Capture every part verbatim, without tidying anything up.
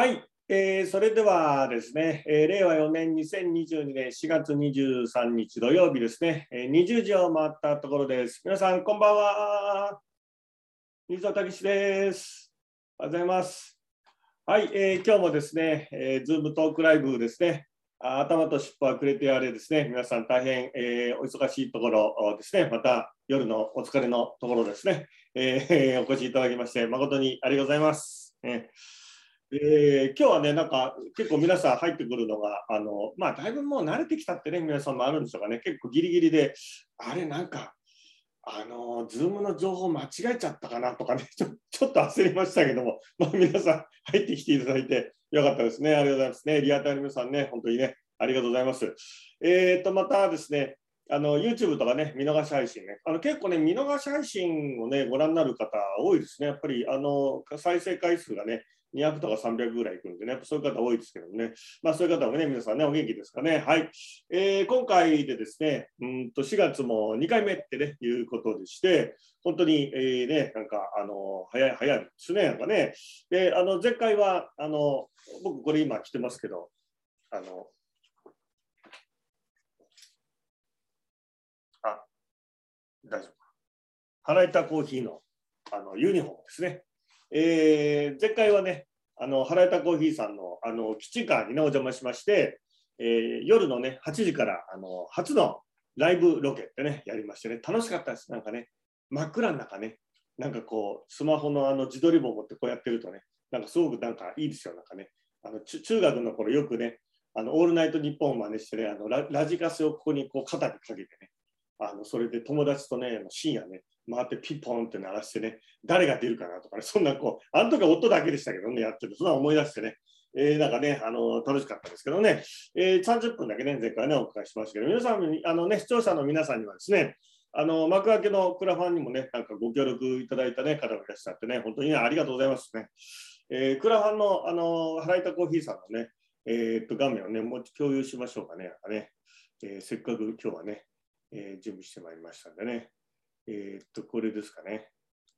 はい、えー、それではですね、えー、れいわよねんにせんにじゅうにねんしがつにじゅうさんにち土曜日ですね、えー、にじゅうじを回ったところです。皆さん、こんばんは。水田武です。おはようございます。はい、えー、今日もですね、えー、ズームトークライブですね、あ頭と尻尾はくれてやれですね、皆さん大変、えー、お忙しいところですね、また夜のお疲れのところですね、えー、お越しいただきまして、誠にありがとうございます。えーえー、今日はね、なんか結構皆さん入ってくるのが、あのまあ、だいぶもう慣れてきたってね、皆さんもあるんでしょうかね、結構ギリギリで、あれ、なんか、あの、ズームの情報間違えちゃったかなとかね、ちょちょっと焦りましたけども、まあ、皆さん入ってきていただいてよかったですね。ありがとうございますね。リアタイの皆さんね、本当にね、ありがとうございます。えっと、またですね、あの YouTube とかね、見逃し配信ね、あの結構ね、見逃し配信をね、ご覧になる方多いですね。やっぱり、あの、再生回数がね、にひゃくとかさんびゃくぐらいいくんでね、そういう方多いですけどね。まあそういう方もね、皆さんね、お元気ですかね。はい。えー、今回でですね、うんとしがつもにかいめってね、いうことでして、本当に、えー、ね、なんか、あの、早い、早いですね、なんかね。で、あの、前回は、あの、僕これ今着てますけど、あの、あ、大丈夫か。腹板コーヒーの、あの、ユニフォームですね。えー、前回はね、あの腹板コーヒーさんのあの基地館に、ね、お邪魔しまして、えー、夜のねはちじからあの初のライブロケってねやりましてね、楽しかったです。なんかね、真っ暗の中ね、なんかこうスマホのあの自撮り棒を持ってこうやってるとね、なんかすごくなんかいいですよ。なんかね、あの中学の頃よくね、あのオールナイトニッポンを真似してね、あの ラ, ラジカセをここにこう肩にかけてね、あのそれで友達とね、深夜ね、回ってピンポンって鳴らしてね、誰が出るかなとかね、そんなこう、あの時は音だけでしたけどね、やってる、そんな思い出してね、えー、なんかね、あの楽しかったですけどね、えー、さんじゅっぷんだけね、前回ね、お伺いしましたけど、皆さん、あのね、視聴者の皆さんにはですね、あの幕開けのクラファンにもね、なんかご協力いただいた、ね、方がいらっしゃってね、本当に、ね、ありがとうございますね。えー、クラファンの、あの腹板コーヒーさんのね、えー、っと画面をね、もう共有しましょうかね。なんかね、えー、せっかく今日はね、えー、準備してまいりましたんでね。えー、っと、これですかね。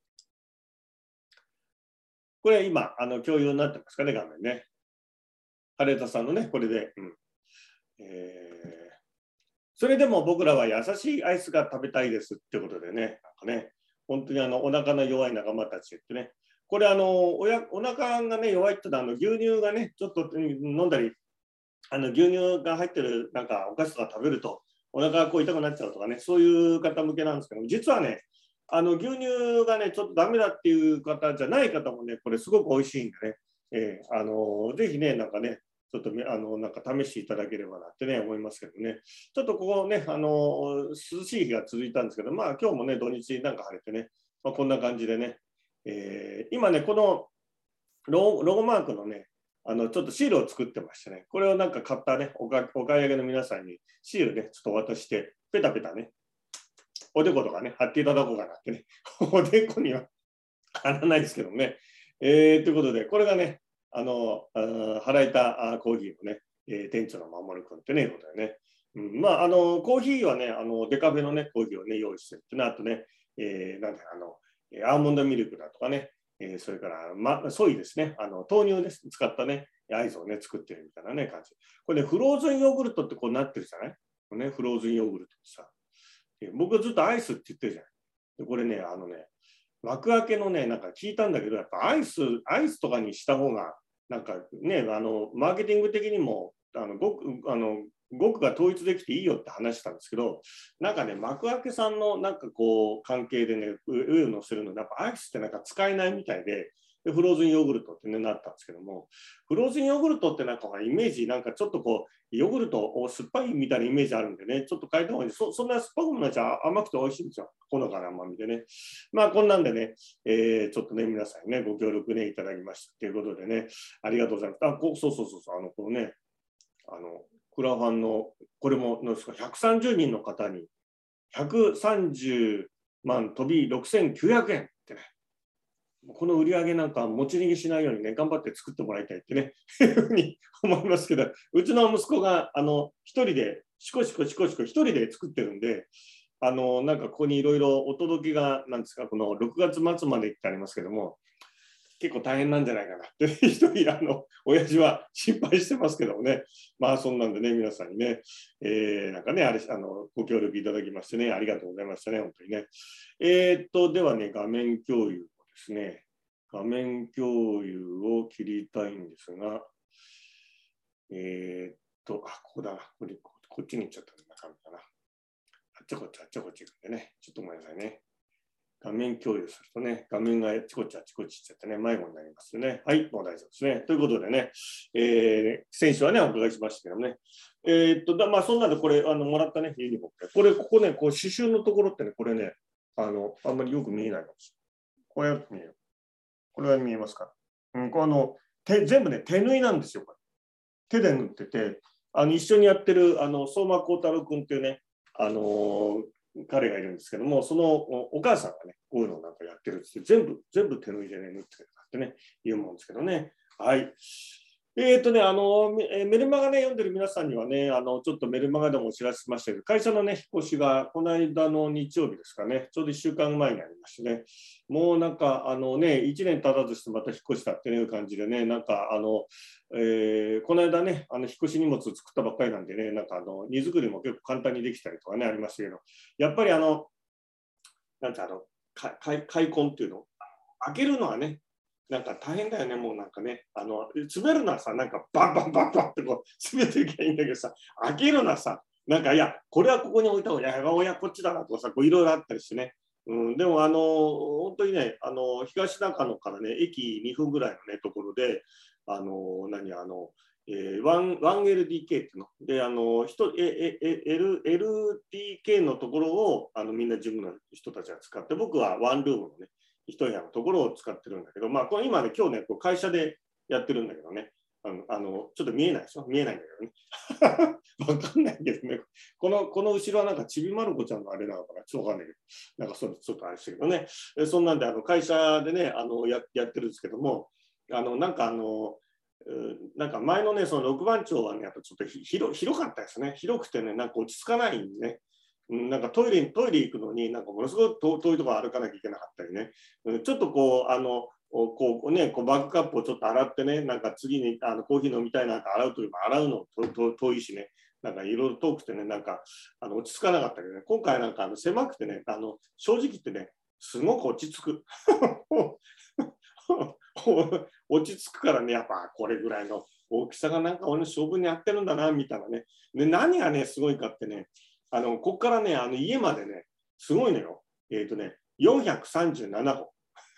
これ今、あの共有になってますかね、画面ね。ハレタさんのね、これで。うんえー、それでも僕らは優しいアイスが食べたいですってことでね、なんかね、本当にあのお腹の弱い仲間たちってね、これあのおや、お腹がね、弱いってのはあの牛乳がね、ちょっと飲んだり、あの牛乳が入ってるなんかお菓子とか食べると、お腹がこう痛くなっちゃうとかね、そういう方向けなんですけども、実はね、あの牛乳がね、ちょっとダメだっていう方じゃない方もね、これすごく美味しいんでね、えー、あのぜひね、なんかね、ちょっとあのなんか試していただければなってね、思いますけどね。ちょっとここね、あの涼しい日が続いたんですけど、まあ今日もね、土日なんか晴れてね、まあ、こんな感じでね、えー、今ね、このロゴマークのね、あのちょっとシールを作ってましてね、これをなんか買ったね、おかお買い上げの皆さんにシールね、ちょっと渡して、ペタペタね、おでことかね、貼っていただこうかなってね、おでこには貼らないですけどね。えー、ということで、これがね、あの、あ腹板コーヒーのね、えー、店長の守君ってね、いうことでね。うん、まあ、あの、コーヒーはね、あのデカフェのね、コーヒーをね、用意してるってね、あとね、えー、なんだあの、アーモンドミルクだとかね、えー、それから、ま、ソイですね、あの豆乳です、使ったね、アイスをね、作ってるみたいなね、感じ。これね、フローズンヨーグルトってこうなってるじゃない、ね、フローズンヨーグルトってさ。僕はずっとアイスって言ってるじゃない。でこれね、あのね、幕開けのね、なんか聞いたんだけど、やっぱアイス、アイスとかにした方が、なんかね、あの、マーケティング的にも、あの、ごく、あの、語句が統一できていいよって話したんですけど、なんかね、幕開けさんのなんかこう、関係でね、上を乗せるの、やっぱアイスってなんか使えないみたいで、でフローズンヨーグルトってね、なったんですけども、フローズンヨーグルトってなんかイメージ、なんかちょっとこう、ヨーグルトを酸っぱいみたいなイメージあるんでね、ちょっと変えた方がいい。そそんな酸っぱくもないじゃ甘くて美味しいんですよ。ほのかな甘みでね。まあ、こんなんでね、えー、ちょっとね、皆さんにね、ご協力ね、いただきましたということでね、ありがとうございます。あ、こそうそうそうそう、あの、このね、あの、クラファンの、これも、なんですか、ひゃくさんじゅうにんの方に、ひゃくさんじゅうまん飛びろくせんきゅうひゃくえんってね、この売り上げなんか持ち逃げしないようにね、頑張って作ってもらいたいってね、いうふうに思いますけど、うちの息子が、あの、一人で、シコシコシコシコ一人で作ってるんで、あの、なんかここにいろいろお届けが、なんですか、このろくがつ末までってありますけども、 結構大変なんじゃないかなって一人あの親父は心配してますけどもね、まあそんなんでね、皆さんにね、えー、なんかね、あれあのご協力いただきましてね、ありがとうございましたね、本当にね。えー、っと、ではね、画面共有をですね、画面共有を切りたいんですが、えー、っと、あ、ここだな、これ、こっちに行っちゃったんだな。あっちゃこっちあっちゃこっち行くんでね、ちょっとごめんなさいね。画面共有するとね、画面があちこちあちこち行っちゃってね、迷子になりますよね。はい、もう大丈夫ですね。ということでね、えー、先週はね、お伺いしましたけどね。えー、っと、だまあ、そんなのこれ、あのもらったね、ユニフォーム。これ、ここね、こう刺繍のところってね、これね、あの、あんまりよく見えないかもしれない。こうやって見える。これは見えますか？うん、これあの手全部ね、手縫いなんですよ。これ手で縫ってて、あの一緒にやってるあの相馬幸太郎君っていうね、あのー、彼がいるんですけども、そのお母さんがね、こういうのをなんかやってるって全部、全部手縫いでね、縫ってるってね、言うもんですけどね。はい。えっとね、あの、メルマガね、読んでる皆さんにはね、あの、ちょっとメルマガでもお知らせしましたけど、会社のね、引っ越しが、この間の日曜日ですかね、ちょうどいっしゅうかんまえにありましてね、もうなんか、あのね、いちねん経たずしてまた引っ越したっていう感じでね、なんか、あの、えー、この間ね、あの、引っ越し荷物作ったばっかりなんでね、なんか、あの、荷造りも結構簡単にできたりとかね、ありましたけど、やっぱりあの、なんてあの、開墾っていうの、開けるのはね、なんか大変だよね、もうなんかね。あの、詰めるのはさ、なんかバンバンバンバンってこう詰めていけばいいんだけどさ、開けるのはさ、なんかいや、これはここに置いた方がいい、いや、親こっちだなとかさ、こういろいろあったりしてね。うん、でも、あの、本当にね、あの、東中野からね、駅にふんぐらいのね、ところで、あの、何、あの、えー、ワン ワンエルディーケー っていうの。で、あの、人ええ Lエルディーケー のところをあのみんなジムの人たちが使って、僕はワンルームのね、一部屋のところを使ってるんだけど、まあ、これ今ね、今日ね、こう会社でやってるんだけどね、あの、あのちょっと見えないでしょ、見えないんだけどね。わかんないけどね、この、この後ろはなんかちびまる子ちゃんのあれなのかな、ちょっとわかんないけど、なんかそうちょっとあれしたけどね、そんなんであの会社でね、あのややってるんですけども、あのなんかあの、なんか前のね、そのろくばん町はね、やっぱちょっと広広かったですね。広くてね、なんか落ち着かないんでね。なんかトイレトイレ行くのに、なんかものすごく遠いところ歩かなきゃいけなかったりね。ちょっとこう、あの、こうね、こうバッグカップをちょっと洗ってね、なんか次にあのコーヒー飲みたいなって洗うというか、洗うの遠いしね、なんかいろいろ遠くてね、なんかあの落ち着かなかったけどね、今回なんかあの狭くてね、あの正直言ってね、すごく落ち着く。落ち着くからね、やっぱこれぐらいの大きさがなんか俺の勝負にやってるんだな、みたいなね。で、何がね、すごいかってね、あの、ここからね、あの家までね、すごいのよ。えっ、ー、とね、よんひゃくさんじゅうななほん。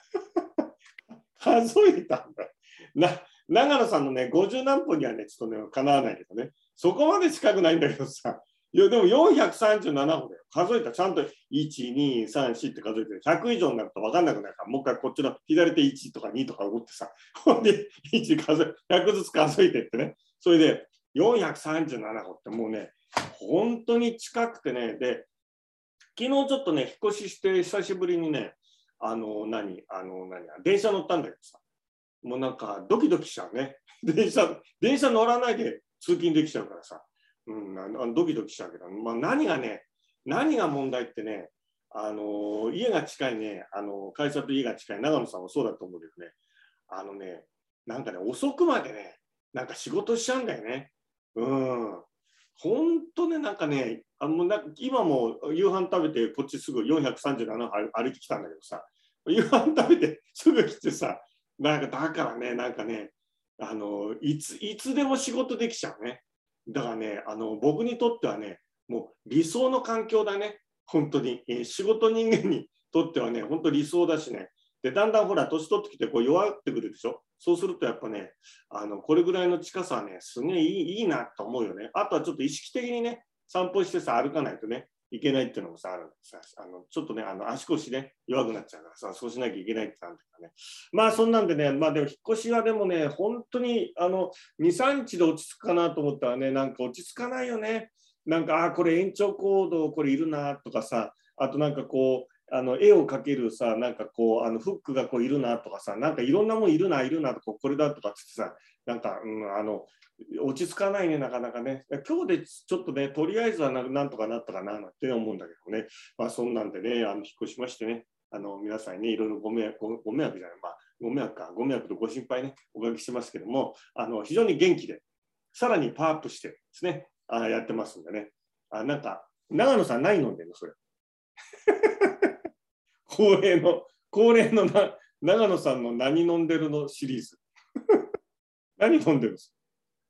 数えたんだ。な、長野さんのね、ごじゅう何本にはね、ちょっとね、かなわないけどね。そこまで近くないんだけどさ。いや、でもよんひゃくさんじゅうななほんだよ。数えたらちゃんといち、に、さん、よんって数えて、ひゃく以上になると分かんなくなるから、もう一回こっちの左手いちとかにとか打ってさ、ほんでいち数え、ひゃくずつ数えてってね。それでよんひゃくさんじゅうななほんってもうね、本当に近くてね、で、昨日ちょっとね、引っ越しして久しぶりにね、あの、何、あの、何、電車乗ったんだけどさ、もうなんかドキドキしちゃうね。電車、電車乗らないで通勤できちゃうからさ、うん、ドキドキしちゃうけど、まあ、何がね、何が問題ってね、あの、家が近いね、あの、会社と家が近い長野さんもそうだと思うけどね、あのね、なんかね、遅くまでね、なんか仕事しちゃうんだよね。うん。本当ね、なんかね、あのなんか今も夕飯食べて、こっちすぐよんひゃくさんじゅうなな歩歩き来たんだけどさ、夕飯食べてすぐ来てさ、なんかだからね、なんかね、あのいついつでも仕事できちゃうね。だからね、あの僕にとってはね、もう理想の環境だね、本当に。えー仕事人間にとってはね、本当理想だしね。で、だんだんほら、年取ってきてこう弱ってくるでしょ。そうするとやっぱね、あのこれぐらいの近さはね、すげえいいいいなと思うよね。あとはちょっと意識的にね、散歩してさ、歩かないとね、いけないっていうのもさ、あるんでさ、あのちょっとね、あの足腰ね、弱くなっちゃうからさ、そうしなきゃいけないってなんだけどね。まあそんなんでね、まあでも引っ越しはでもね、本当にあのに、さんにちで落ち着くかなと思ったらね、なんか落ち着かないよね。なんか、あ、これ延長コード、これいるなとかさ、あとなんかこう、あの絵を描けるさ、なんかこう、あのフックがこういるなとかさ、なんかいろんなもんいるな、いるなとか、これだとかってさ、なんか、うん、あの、落ち着かないね、なかなかね。今日でちょっとね、とりあえずはなんとかなったかなって思うんだけどね。まあ、そんなんでね、あの引っ越しましてね、あの皆さんにね、いろいろご迷惑、ご迷惑じゃない、まあ、 ご迷惑か、ご迷惑とご心配ね、おかけしてますけども、あの非常に元気で、さらにパワーアップしてですね、あやってますんでね。あなんか、長野さん何飲んでんのそれ。恒例の、恒例のな長野さんの何飲んでるのシリーズ。何飲んでるんですか？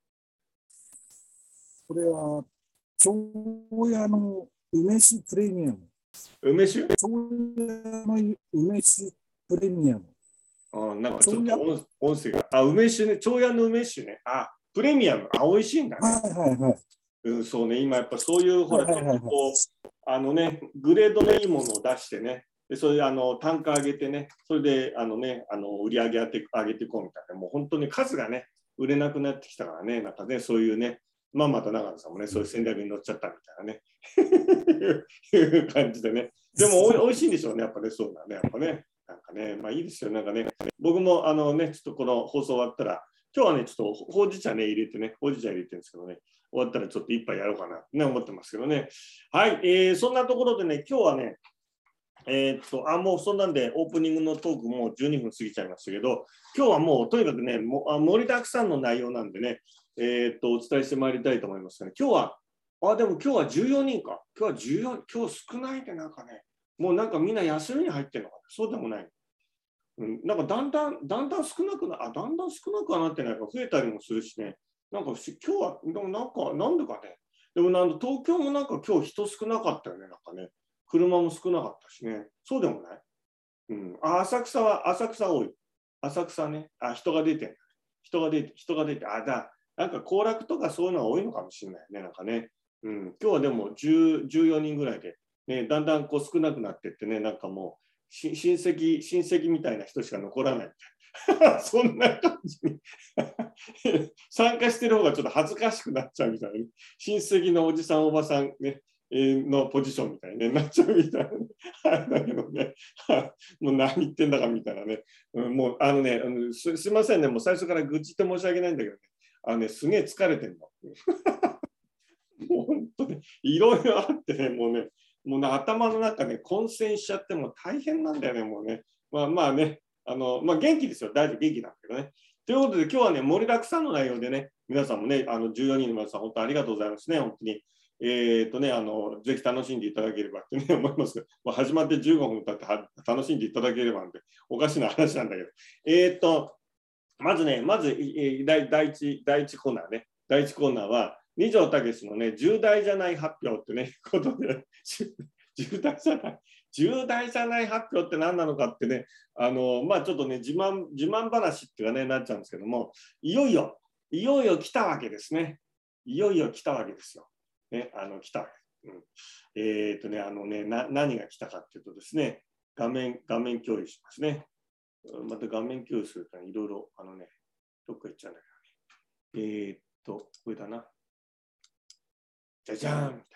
これは、長屋の梅酒プレミアム。 梅酒？ 長屋の梅酒プレミアム。 あなんかちょっと音音声が。あ、梅酒ね。長屋の梅酒ね。あ、プレミアム。あ、美味しいんだね。 はいはいはい。 うん、そうね。今やっぱそういう、ほら、ちょっとこう、あのね、グレードのいいものを出してね、でそれであの単価上げてね、それであの、ね、あの売り上げ上げて上げていこうみたいな、もう本当に数がね、売れなくなってきたからね、なんかね、そういうね、まあまた長野さんもね、そういう戦略に乗っちゃったみたいなね、いう感じでね。でもおい、おいしいんでしょうね、やっぱね、そうだね、やっぱね。なんかね、まあいいですよ、なんかね、僕もあのね、ちょっとこの放送終わったら、今日はね、ちょっとほうじ茶ね、入れてね、ほうじ茶入れてるんですけどね、終わったらちょっと一杯やろうかなって、ね、思ってますけどね。はい、えー、そんなところでね、今日はね、えー、っと、あ、もうそんなんでオープニングのトークもじゅうにふん過ぎちゃいましたけど、今日はもうとにかくね、もあ盛りだくさんの内容なんでね、えー、っと、お伝えしてまいりたいと思いますがね、今日は、あ、でも今日はじゅうよにんか。今日はじゅうよん、今日少ないでなんかね、もうなんかみんな休みに入ってるのかな。そうでもない。うん、なんかだんだん、だんだん少なくな、あ、だんだん少なくはなってないか、増えたりもするしね、なんか今日は、でもなんか、なんでかね、でもなん東京もなんか今日人少なかったよね、なんかね、車も少なかったしね、そうでもない？うん、あ、浅草は、浅草多い。浅草ね、あ、人が出てん人が出て、人が出て、あ、だ、なんか行楽とかそういうのが多いのかもしれないね、なんかね。うん、今日はでもじゅう、じゅうよにんぐらいで、ね、だんだんこう少なくなってってね、なんかもう、親戚、親戚みたいな人しか残らないみたいな。そんな感じに参加してる方がちょっと恥ずかしくなっちゃうみたいな、ね。親戚のおじさん、おばさんね、のポジションみたいに、ね、なっちゃうみたいな。だけどね、もう何言ってんだかみたいなね。うん、もう、あのねす、すいませんね、もう最初から愚痴って申し訳ないんだけどね、あのね、すげえ疲れてんの。もう本当に、いろいろあってね、もうね、もうね頭の中ね、混戦しちゃっても大変なんだよね、もうね。まあまあね、あの、まあ元気ですよ、大丈夫、元気なんだけどね。ということで、今日はね、盛りだくさんの内容でね、皆さんもね、あのじゅうよにんの皆さん、本当ありがとうございますね、本当に。えっとね、あの、ぜひ楽しんでいただければってね、思いますけど、まあ、始まってじゅうごふん経って楽しんでいただければなんで、おかしな話なんだけど。えっと、まずね、まず、えー、第第一、第一コーナーね、第一コーナーは、二条武のね、重大じゃない発表ってね、ことで、重大じゃない、重大じゃない発表って何なのかってね、あの、まあちょっとね、自慢、自慢話っていうかね、なっちゃうんですけども、いよいよ、いよいよ来たわけですね。いよいよ来たわけですよ。ね、あの、来たわけ。うん、えっとね、あのねな、何が来たかっていうとですね、画面、画面共有しますね。また画面共有するといろいろ、あのね、どっか行っちゃうんだけどね。えー、っと、これだな。じゃじゃーんみたいな。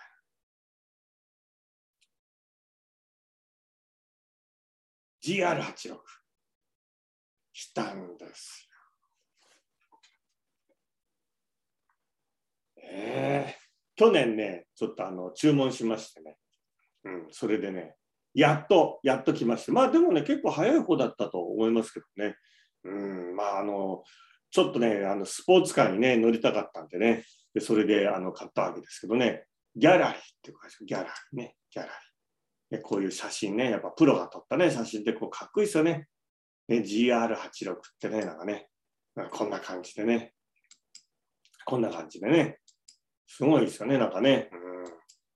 ジーアールはちじゅうろく 来たんですよ。えー、去年ね、ちょっとあの注文しましてね。うん、それでね、やっと、やっと来まして。まあでもね、結構早い方だったと思いますけどね。うん、まああの、ちょっとね、あのスポーツカーにね、乗りたかったんでね、でそれであの買ったわけですけどね、ギャラリーっていうか、ギャラリーね、ギャラリー。ね、こういう写真ね、やっぱプロが撮ったね、写真ってこうかっこいいですよね。ね ジーアールはちじゅうろく ってね、なんかね、こんな感じでね、こんな感じでね、すごいですよね、なんかね。うん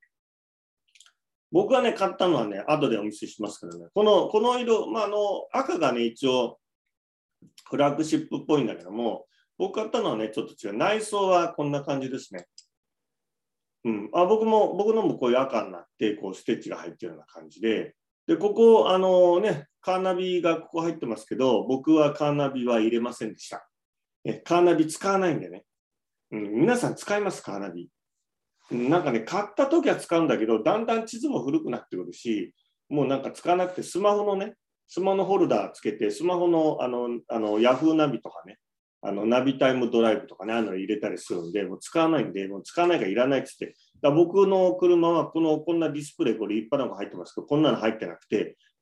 僕がね、買ったのはね、後でお見せしますけどね、この、この色、まあ、あの、赤がね、一応、フラッグシップっぽいんだけども、僕買ったのはね、ちょっと違う。内装はこんな感じですね。うん。あ、僕も、僕のもこういう赤になって、こう、ステッチが入ってるような感じで、で、ここ、あのね、カーナビがここ入ってますけど、僕はカーナビは入れませんでした。えカーナビ使わないんでね。うん、皆さん使います、カーナビ。なんかね、買った時は使うんだけど、だんだん地図も古くなってくるし、もうなんか使わなくて、スマホのね、スマホのホルダーつけて、スマホのあの、あの、ヤフーナビとかね、あの、ナビタイムドライブとかね、あの入れたりするんで、もう使わないんで、もう使わないからいらないって言って、だ僕の車はこの、こんなディスプレイ、これ立派なのが入ってますけど、こんなの入ってなくて、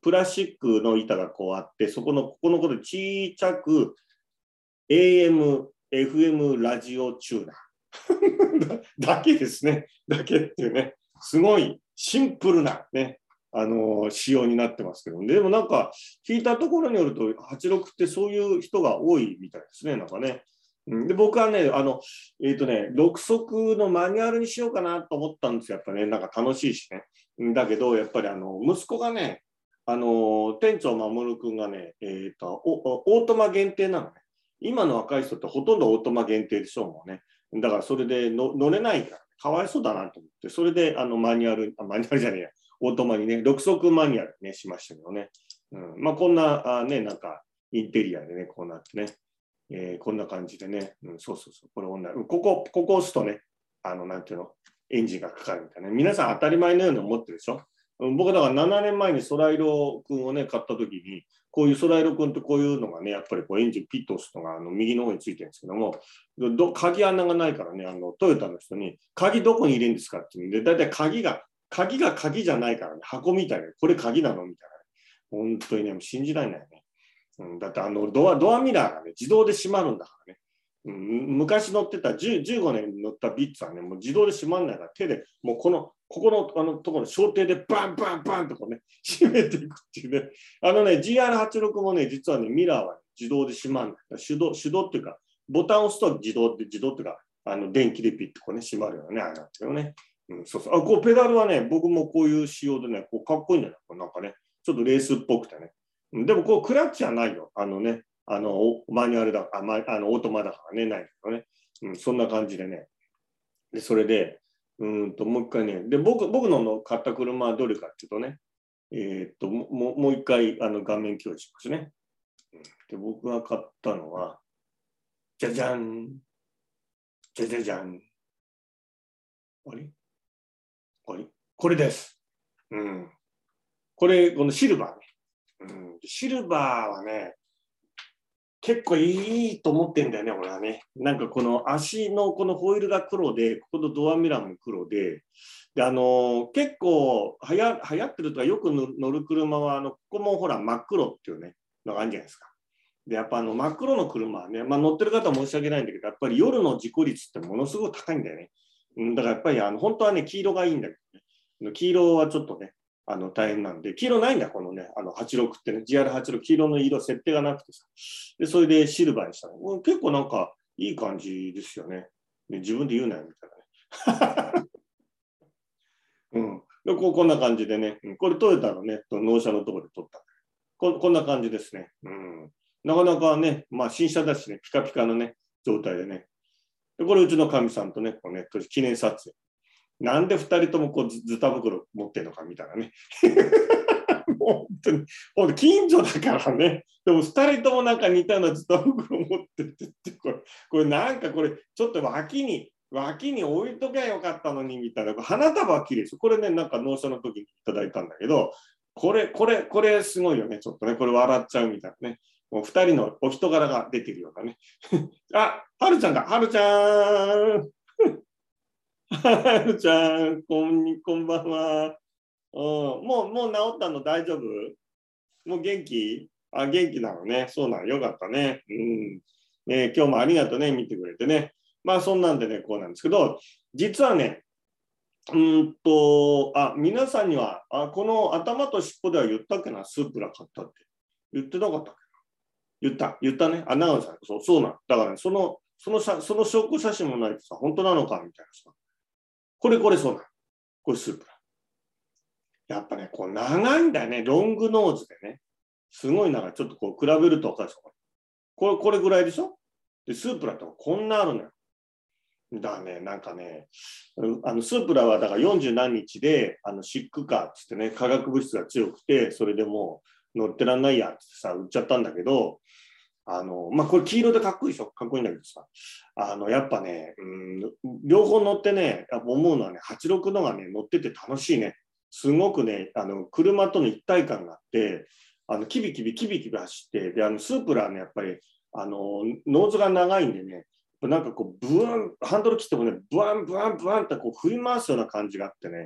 プラスチックの板がこうあって、そこの、ここのことで小さく エーエム、エフエム ラジオチューナーだけですね。だけっていうね、すごいシンプルなね、あのー、仕様になってますけど、でもなんか聞いたところによると、はちじゅうろくってそういう人が多いみたいですね、なんかね。で、僕はね、あの、えっとね、ろく速のマニュアルにしようかなと思ったんですよ。やっぱね、なんか楽しいしね。だけど、やっぱりあの、息子がね、あの、店長守君がね、えっと、オートマ限定なのね。今の若い人ってほとんどオートマ限定でしょうもんね。だからそれでの乗れないから、かわいそうだなと思って、それであのマニュアル、あマニュアルじゃねえや、オートマにね、ろく速マニュアルね、しましたけどね。うん、まあこんな、あね、なんかインテリアでね、こうなってね、えー、こんな感じでね、うん、そうそうそう、これ女、ここ、ここ押すとね、あの、なんていうの、エンジンがかかるみたいな、ね。皆さん当たり前のように思ってるでしょ。僕だからななねんまえにソライロ君をね、買った時に、こういうソライロ君ってこういうのがね、やっぱりこうエンジンピッと押すのがあの右の方についてるんですけども、ど鍵穴がないからね、あのトヨタの人に、鍵どこに入れるんですかって言うんで、だいたい鍵が、鍵が鍵じゃないからね、箱みたいな、これ鍵なのみたいな、ね。本当にね、信じられないね。うん、だってあのドア、ドアミラーがね、自動で閉まるんだからね。うん、昔乗ってたじゅう、じゅうごねん乗ったビッツはね、もう自動で閉まんないから、手で、もうこの、ここのあのところ、小手でバンバンバンとこうね、閉めていくっていうね。あのね、ジーアールはちじゅうろく もね、実はね、ミラーは自動で閉まんない。手動、手動っていうか、ボタンを押すと自動って、自動っていうか、あの電気でピッとこうね、閉まるよね、あれなんですよね。うん、そうそう。あ、こうペダルはね、僕もこういう仕様でね、こうかっこいいんだよ。なんかね、ちょっとレースっぽくてね。でもこうクラッチはないよ。あのね、あのマニュアルだあ、ま、あのオートマだからね、ないけどね、うん。そんな感じでね。で、それで、うんともう一回ね、で僕、僕の買った車はどれかっていうとね、えー、っともう、もう一回あの画面共有しますね。で、僕が買ったのは、じゃじゃん、じゃじゃじゃん。あれあれこれです。うん。これ、このシルバーね。うん、シルバーはね、結構いいと思ってんだよね、俺はね。なんかこの足のこのホイールが黒で、ここのドアミラーも黒で、で、あのー、結構はや流行ってるとかよく乗る車は、あの、ここもほら真っ黒っていうね、のがあるんじゃないですか。で、やっぱあの真っ黒の車はね、まあ乗ってる方は申し訳ないんだけど、やっぱり夜の事故率ってものすごく高いんだよね。だからやっぱりあの本当はね、黄色がいいんだけどね。黄色はちょっとね、あの大変なんで、黄色ないんだ、このね、あのはちじゅうろくってね、ジーアールはちじゅうろく、黄色の色設定がなくてさ。で、それでシルバーにしたの。結構なんかいい感じですよね。ね、自分で言うなよみたいなね。うん。でこうこんな感じでね、これトヨタのね、納車のところで撮ったこ。こんな感じですね。うん。なかなかね、まあ新車だしね、ピカピカのね、状態でね。でこれうちのかみさんとね、こうね記念撮影。なんでふたりともこうズタ袋持ってるのかみたいなね。もう本当に、本当近所だからね。でもふたりともなんか似たようなズタ袋持ってってって、これ、これなんかこれ、ちょっと脇に、脇に置いときゃよかったのにみたいな。花束は綺麗です。これね、なんか納車の時にいただいたんだけど、これ、これ、これすごいよね。ちょっとね、これ笑っちゃうみたいなね。もうふたりのお人柄が出てるようなね。あ、はるちゃんが、はるちゃん。はるちゃん、こんこんばんは。うん、もう、もう治ったの大丈夫？もう元気？あ、元気なのね。そうなの。よかったね。うん。ね、今日もありがとうね。見てくれてね。まあ、そんなんでね、こうなんですけど、実はね、うんと、あ、皆さんには、あ、この頭と尻尾では言ったっけな、スープラ買ったって。言ってなかったっけな。言った、言ったね。あ、長野さん、そう、そうなの。だからね、その、その写、その証拠写真もないとさ、本当なのかみたいなさ。これ、これ、そうなの。これ、スープラ。やっぱね、こう長いんだよね。ロングノーズでね。すごい長い。ちょっとこう比べると分かるでしょ。これ、これぐらいでしょ。で、スープラってこんなあるのよ。だからね、なんかね、あのスープラはだからよんじゅうなんにちで、あのシックカーっつってね、化学物質が強くて、それでもう乗ってらんないやってさ、売っちゃったんだけど、あの、まあ、これ黄色でかっこいいでしょ。かっこいいんだけどさ、あの、やっぱね、うん、両方乗ってね、やっぱ思うのはね、はちじゅうろくのがね、乗ってて楽しいね。すごくね、あの車との一体感があって、あのキビキビキビキビ走って、で、あのスープラはね、やっぱりあのノーズが長いんでね、なんかこう、ブワン、ハンドル切ってもね、ブワンブワンブワンってこう振り回すような感じがあってね、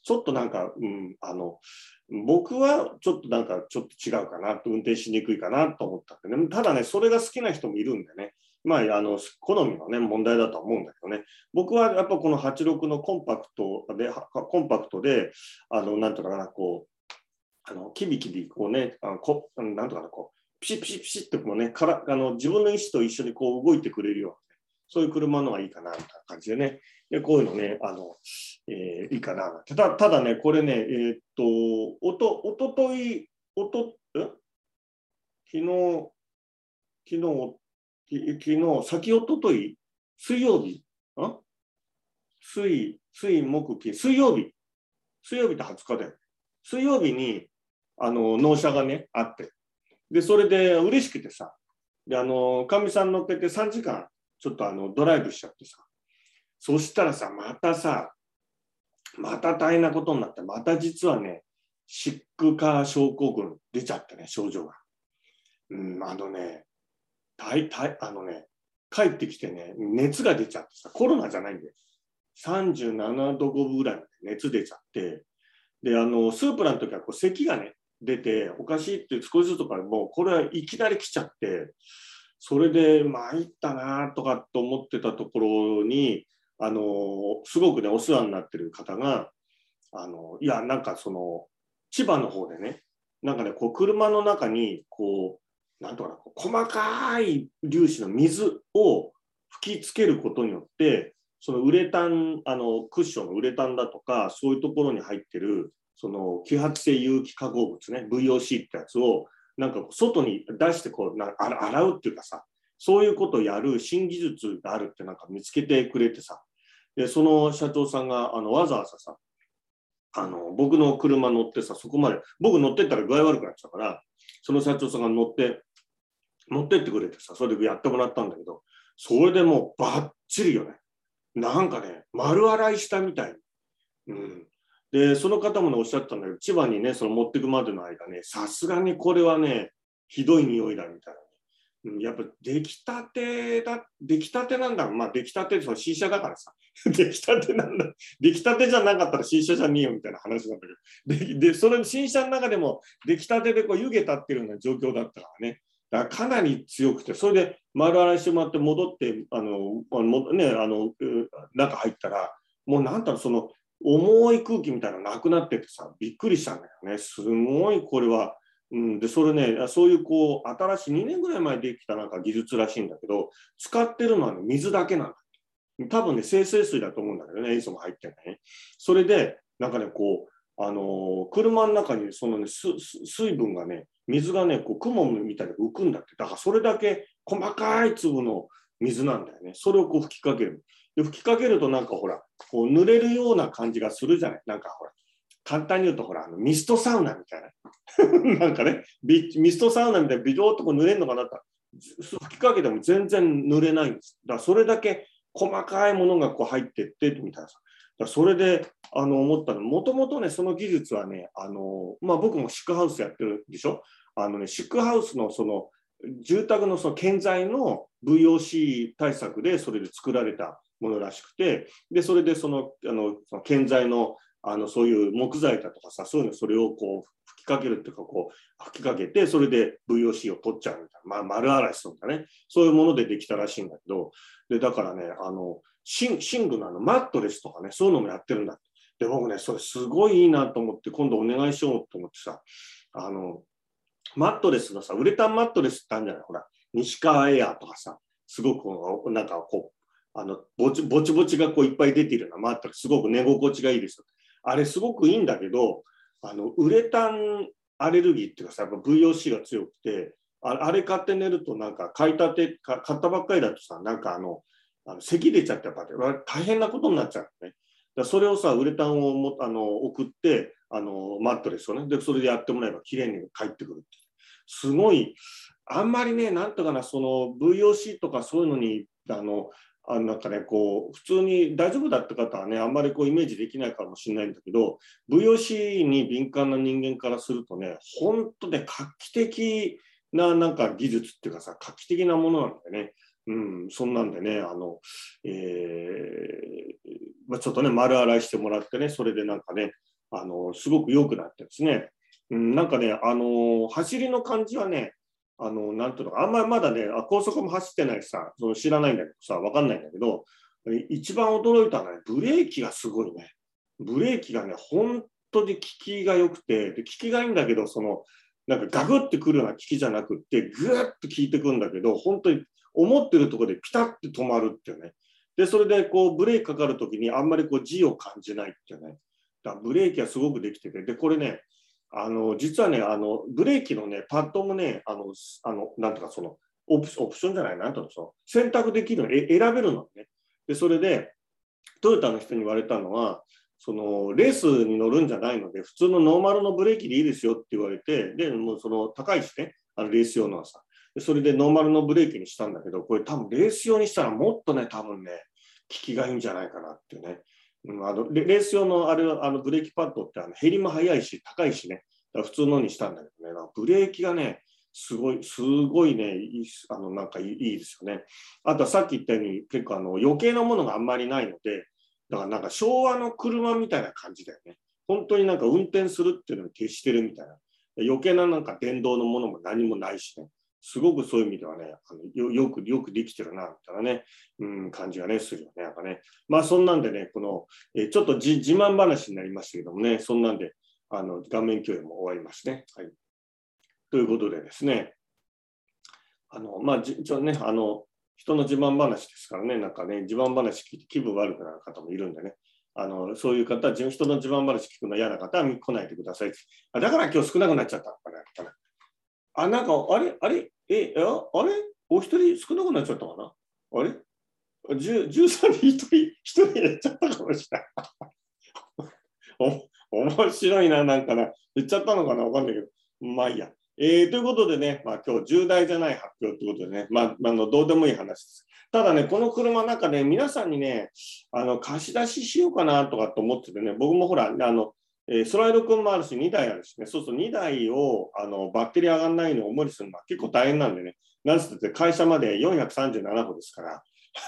ちょっとなんか、うん、あの、僕はちょっとなんかちょっと違うかなと、運転しにくいかなと思ったんでね。ただね、それが好きな人もいるんでね。まあ、あの、好みのね、問題だとは思うんだけどね。僕はやっぱこのはちじゅうろくのコンパクトで、コンパクトで、あの、なんていうのかな、こう、あの、キビキビ、こうね、あのこなんとかな、こう、ピシッピシッピシッってこうね、からあの自分の意思と一緒にこう動いてくれるような、ね、そういう車のがいいかな、みたいな感じでね。で、こういうのね、あの、えー、いいかな。ただ、ただね、これね、えー、っと、おと、おととい、おと、え昨日、昨日、昨日、先おととい、水曜日、ん水、水、木、金、水曜日、水曜日ってはつかで、水曜日に、あの、納車がね、あって、で、それで嬉しくてさ、で、あの、かみさん乗っけてさんじかん、ちょっとあの、ドライブしちゃってさ、そしたらさ、またさ、また大変なことになって、また実はね、シックカー症候群出ちゃってね、症状が。うん、あのね、大体、あのね、帰ってきてね、熱が出ちゃってさ、コロナじゃないんで、さんじゅうななどごぶぐらいまで熱出ちゃって、で、あの、スープラの時はこう咳がね、出て、おかしいって少しずつとか、もうこれはいきなり来ちゃって、それで参ったなとかと思ってたところに、あの、すごくね、お世話になってる方が、あの、いや、なんかその、千葉の方でね、なんかね、こう、車の中に、こう、なんとかな、細かい粒子の水を吹きつけることによって、そのウレタン、あの、クッションのウレタンだとか、そういうところに入ってる、その、揮発性有機化合物ね、ブイオーシー ってやつを、なんか外に出してこうな、洗うっていうかさ、そういうことをやる新技術があるってなんか見つけてくれてさ、で、その社長さんが、あの、わざわざさ、あの、僕の車乗ってさ、そこまで、僕乗ってったら具合悪くなっちゃうから、その社長さんが乗って、持ってってくれてさ、それでやってもらったんだけど、それでもうバッチリよね。なんかね、丸洗いしたみたい。うん。で、その方もね、おっしゃったんだけど、千葉にね、その持ってくまでの間ね、さすがにこれはね、ひどい匂いだみたいな。うん、やっぱ出来たてだ、出来たてなんだ。まあ出来たて、その新車だからさ。出来たてなんだ。出来たてじゃなかったら新車じゃねえよみたいな話なんだけど。で、でそれ新車の中でも出来たてでこう湯気立ってるような状況だったからね。だからかなり強くて、それで丸洗いしてもらって戻って、あの、あのね、あの、中入ったら、もうなんだろう、その重い空気みたいなのなくなっててさ、びっくりしたんだよね。すごいこれは。うん、で、それね、そういうこう、新しいにねんぐらい前できたなんか技術らしいんだけど、使ってるのは、ね、水だけなんだ。多分ね、精製水だと思うんだけどね、塩素も入ってないね。それで、なんかね、こう、あのー車の中にそのね、水分がね、水がね、こう雲みたいに浮くんだって。だからそれだけ細かい粒の水なんだよね。それをこう吹きかける。で、吹きかけるとなんかほら、こう濡れるような感じがするじゃない。なんかほら、簡単に言うとほら、あのミストサウナみたいな。なんかね、ミストサウナみたいにビドーっとこう濡れるのかなと。吹きかけても全然濡れないんです。だからそれだけ細かいものがこう入ってってみたいな。だそれであの思ったの、もともとね、その技術はね、あのまあ、僕もシックハウスやってるでしょ。あのね、シックハウスのその住宅のその建材の ブイオーシー 対策でそれで作られたものらしくて、でそれでそのあのその建材のあのそういう木材だとかさ、そういうのそれをこう吹きかけるっていうか、こう吹きかけて、それで ブイオーシー を取っちゃうみたいな、まあ、丸洗いするんだね。そういうものでできたらしいんだけど、でだからね、あの寝具のあのマットレスとかね、そういうのもやってるんだ。で、僕ね、それすごいいいなと思って、今度お願いしようと思ってさ、あの、マットレスのさ、ウレタンマットレスってあるんじゃないほら、西川エアーとかさ、すごくなんかこう、あのぼちぼちぼちがこういっぱい出ているようなマットレス、すごく寝心地がいいですよ。あれすごくいいんだけど、あのウレタンアレルギーっていうかさ、やっぱ ブイオーシー が強くて、ああれ買って寝るとなんか買いたて、買ったばっかりだとさ、なんかあの、あの咳出ちゃってやっぱ大変なことになっちゃうね。だそれをさ、ウレタンをもあの送って、あのマットレスをね、で、それでやってもらえばきれいに帰ってくるって。すごい、あんまりね、なんとかな、その ブイオーシー とかそういうのに、あの、あなんかね、こう、普通に大丈夫だって方はね、あんまりこうイメージできないかもしれないんだけど、ブイオーシー に敏感な人間からするとね、本当ね、画期的ななんか技術っていうかさ、画期的なものなんだよね。うん、そんなんでね、あの、えーまあ、ちょっとね、丸洗いしてもらってね、それでなんかね、 あのすごく良くなってですね、うん、なんかね、あの走りの感じはね、あのなんていうのか、あんまりまだね、あ高速も走ってないしさ、その知らないんだけどさ、わかんないんだけど、一番驚いたのはね、ブレーキがすごいね。ブレーキがね、本当に効きが良くて、で効きがいいんだけど、その、なんかガグってくるような効きじゃなくって、ぐーっと効いてくんだけど、本当に思ってるところでピタッて止まるっていうね。で、それでこうブレーキかかるときにあんまりこう G を感じないっていうね。だからブレーキはすごくできてて、で、これね、あの、実はね、あの、ブレーキのね、パッドもね、あの、あのなんとかその、オプシオプションじゃない、なんとかその、選択できるの、え選べるのね。で、それで、トヨタの人に言われたのは、そのレースに乗るんじゃないので、普通のノーマルのブレーキでいいですよって言われて、で、もうその高いしね、あのレース用のはさ。でそれでノーマルのブレーキにしたんだけど、これ多分レース用にしたらもっとね、多分ね、効きがいいんじゃないかなっていうね。うん、あのレース用のあれあのブレーキパッドってあの減りも早いし、高いしね、だから普通のにしたんだけどね、ブレーキがね、すごい、すごいね、いいあのなんかいいいいですよね。あとはさっき言ったように、結構あの余計なものがあんまりないので、だからなんか昭和の車みたいな感じだよね。本当になんか運転するっていうのに徹してるみたいな。余計ななんか電動のものも何もないしね。すごくそういう意味ではね、あの よ, よくよくできてるな、みたいなね、うん、感じがね、するよね。やっぱね。まあそんなんでね、この、えちょっと自慢話になりましたけどもね、そんなんで、あの画面共有も終わりますね。はい。ということでですね、あの、まあ、じちょね、あの、人の自慢話ですからね、なんかね、自慢話聞いて気分悪くなる方もいるんでね、あのそういう方、人の自慢話聞くの嫌な方は来ないでください。あだから今日少なくなっちゃったのかな。あ、なんか、あれ、あれ、え、ああれお一人少なくなっちゃったかなあれ ?じゅうさんにん一人、一人やっちゃったかもしれない。お面白いな、なんかな。言っちゃったのかなわかんないけど。まあいいや。えー、ということでね、まあ、今日重大じゃない発表ということでね、まあ、あのどうでもいい話です。ただね、この車の中で、ね、皆さんにね、あの貸し出ししようかなとかと思っててね、僕もほら、あのえー、スライド君もあるし、にだいあるしね、そうするとにだいをあのバッテリー上がらないのを重りするのは結構大変なんでね、なんつって会社までよんひゃくさんじゅうななほですから、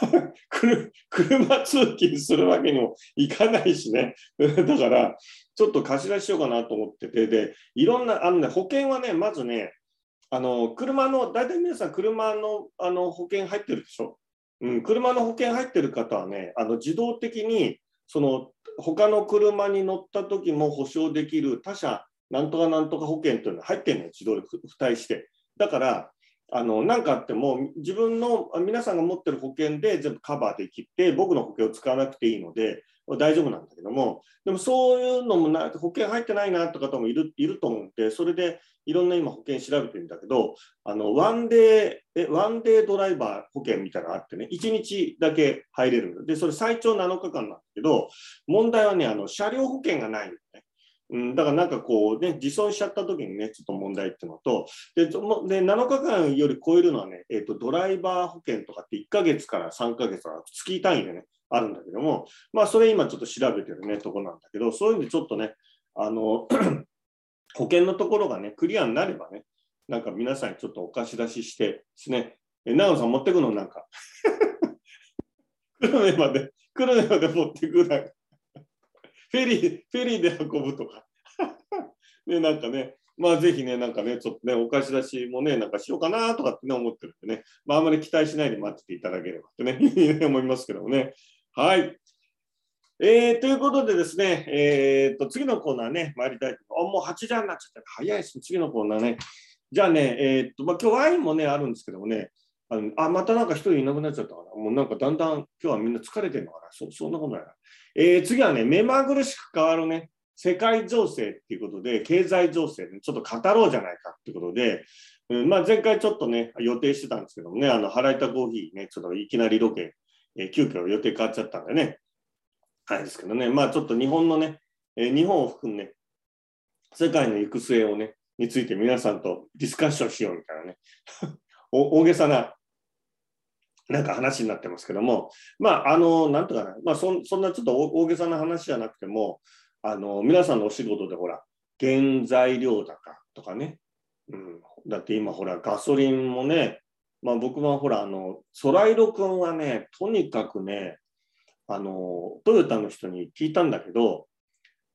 車通勤するわけにもいかないしね、だから、ちょっと貸し出ししようかなと思ってて、で、いろんな、あのね、保険はね、まずね、あの車の、大体皆さん、車のあの保険入ってるでしょ。うん、車の保険入ってる方はね、あの自動的に、その他の車に乗った時も保証できる他社なんとかなんとか保険というのが入ってるのよ、自動で付帯して。だから、あの何かあっても自分の皆さんが持ってる保険で全部カバーできて、僕の保険を使わなくていいので大丈夫なんだけども、でもそういうのもな保険入ってないなって方もいるいると思うんで、それでいろんな今保険調べてるんだけど、あのワンデーえワンデードライバー保険みたいなのがあってね、いちにちだけ入れるんで、それ最長なのかかんなんだけど、問題はね、あの車両保険がないんだね。うん、だからなんかこうね、自損しちゃった時にね、ちょっと問題っていうのと、で、でなのかかんより超えるのはね、えーと、ドライバー保険とかっていっかげつからさんかげつは月単位でね、あるんだけども、まあそれ今ちょっと調べてるね、とこなんだけど、そういう意味でちょっとね、あの、保険のところがね、クリアになればね、なんか皆さんにちょっとお貸し出ししてですね、え長野さん持ってくのなんか、久留米まで、久留米まで持ってくなんか、フェリー、フェリーで運ぶとか。ね、なんかね、まあぜひね、なんかね、ちょっとね、お貸し出しもね、なんかしようかなとかってね、思ってるんでね、まああんまり期待しないで待ってていただければってね、思いますけどもね。はい。えー、ということでですね、えー、と次のコーナーね、参りたいと思います。もうはちじになっちゃった。早いですね、次のコーナーね。じゃあね、えー、とまあ、今日ワインもね、あるんですけどもね、あのあ、またなんか一人いなくなっちゃったかな。もうなんかだんだん今日はみんな疲れてるのかな。そそんなことないな。えー、次はね、目まぐるしく変わるね、世界情勢っていうことで、経済情勢でちょっと語ろうじゃないかっていうことで、うんまあ、前回ちょっとね、予定してたんですけどもね、あの払いたコーヒーね、ちょっといきなりロケ、えー、急遽予定変わっちゃったんでね、はいですけどね、まあちょっと日本のね、えー、日本を含むね、世界の行く末をね、について皆さんとディスカッションしようみたいなね、大げさななんか話になってますけども、まあ、あの、なんとかな、まあそ、そんなちょっと大げさな話じゃなくても、あの、皆さんのお仕事でほら、原材料高とかね、うん、だって今ほら、ガソリンもね、まあ僕はほら、あの、ソライロ君はね、とにかくね、あの、トヨタの人に聞いたんだけど、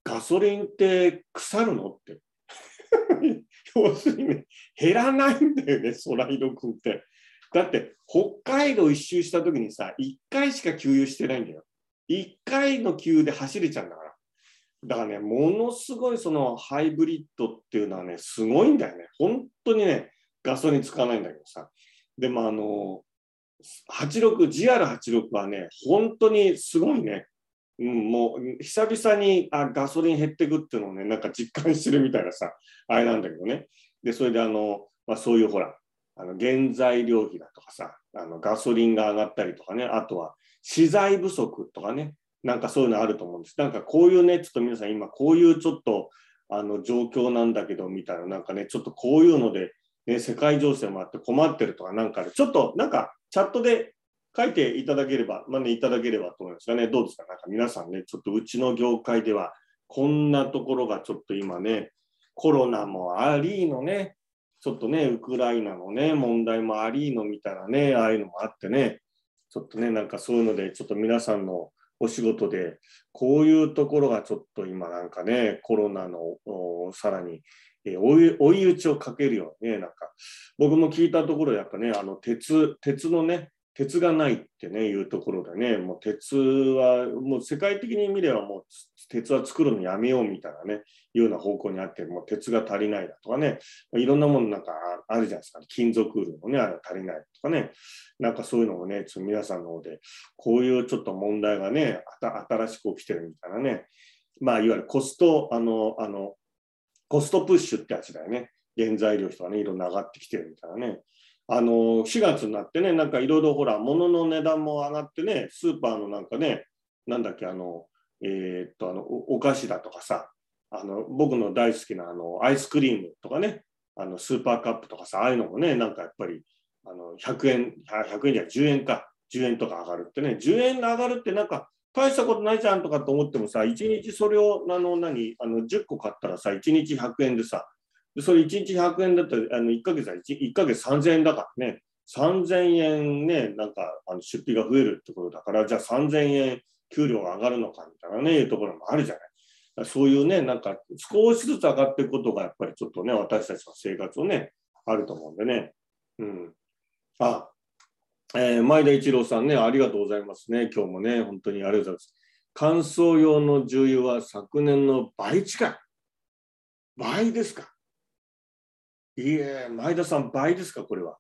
ガソリンって腐るのって。要するにね、減らないんだよね、ソライド君って。だって、北海道一周した時にさ、いっかいしか給油してないんだよ。いっかいの給油で走れちゃうんだから。だからね、ものすごいそのハイブリッドっていうのはね、すごいんだよね。本当にね、ガソリン使わないんだけどさ。でもあの、はちじゅうろく、ジーアールはちじゅうろく はね、本当にすごいね。うん、もう久々にあガソリン減っていくっていうのをね、なんか実感してるみたいなさ、あれなんだけどね。で、それであの、まあ、そういうほら、あの原材料費だとかさ、あのガソリンが上がったりとかね、あとは資材不足とかね、なんかそういうのあると思うんです。なんかこういうね、ちょっと皆さん今こういうちょっとあの状況なんだけどみたいな、なんかね、ちょっとこういうので、ね、世界情勢もあって困ってるとかなんかで、ちょっとなんかチャットで書いていただければ、まあね、いただければと思いますがね、どうですか、なんか皆さんね、ちょっとうちの業界では、こんなところがちょっと今ね、コロナもありのね、ちょっとね、ウクライナのね、問題もありのみたいなね、ああいうのもあってね、ちょっとね、なんかそういうので、ちょっと皆さんのお仕事で、こういうところがちょっと今なんかね、コロナのさらに、えー、追い、追い打ちをかけるようにね、なんか、僕も聞いたところ、やっぱね、あの、鉄、鉄のね、鉄がないってね、いうところでね、もう鉄は、もう世界的に見ればもう鉄は作るのやめようみたいなね、いうような方向にあって、もう鉄が足りないだとかね、いろんなものなんかあるじゃないですか、金属ウールもね、あれ足りないとかね、なんかそういうのをね、ちょっと皆さんの方で、こういうちょっと問題がね、新しく起きてるみたいなね、まあ、いわゆるコスト、あの、あの、コストプッシュってやつだよね。原材料費とかね、いろんな上がってきてるみたいなね。あの、しがつになってね、なんかいろいろほら、物の値段も上がってね、スーパーのなんかね、なんだっけ、あの、えー、っと、あのお、お菓子だとかさ、あの、僕の大好きなあの、アイスクリームとかね、あの、スーパーカップとかさ、ああいうのもね、なんかやっぱり、あの、ひゃくえん、ひゃくえんじゃじゅうえんか、じゅうえんとか上がるってね、じゅうえん上がるってなんか、大したことないじゃんとかと思ってもさ、いちにちそれを、あの、何、あの、じゅっこ買ったらさ、いちにちひゃくえんでさ、でそれいちにちひゃくえんだったら、あのいっかげつは 1, いっかげつさんぜんえんだからね、さんぜんえんね、なんかあの出費が増えるってことだから、じゃあさんぜんえん給料が上がるのかみたいなね、いうところもあるじゃない。そういうね、なんか少しずつ上がっていくことがやっぱりちょっとね、私たちの生活をね、あると思うんでね。うん。あ、えー、前田一郎さんね、ありがとうございますね。今日もね、本当にありがとうございます。乾燥用の重油は昨年の倍近い。倍ですか。いえ、前田さん、倍ですか、これは。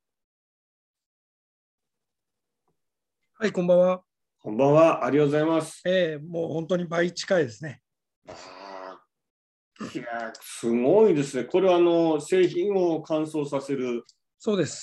はい、こんばんは。 こんばんは、ありがとうございます。 えー、もう本当に倍近いですね。 あいや、すごいですね。これはあの製品を乾燥させる。 そうです。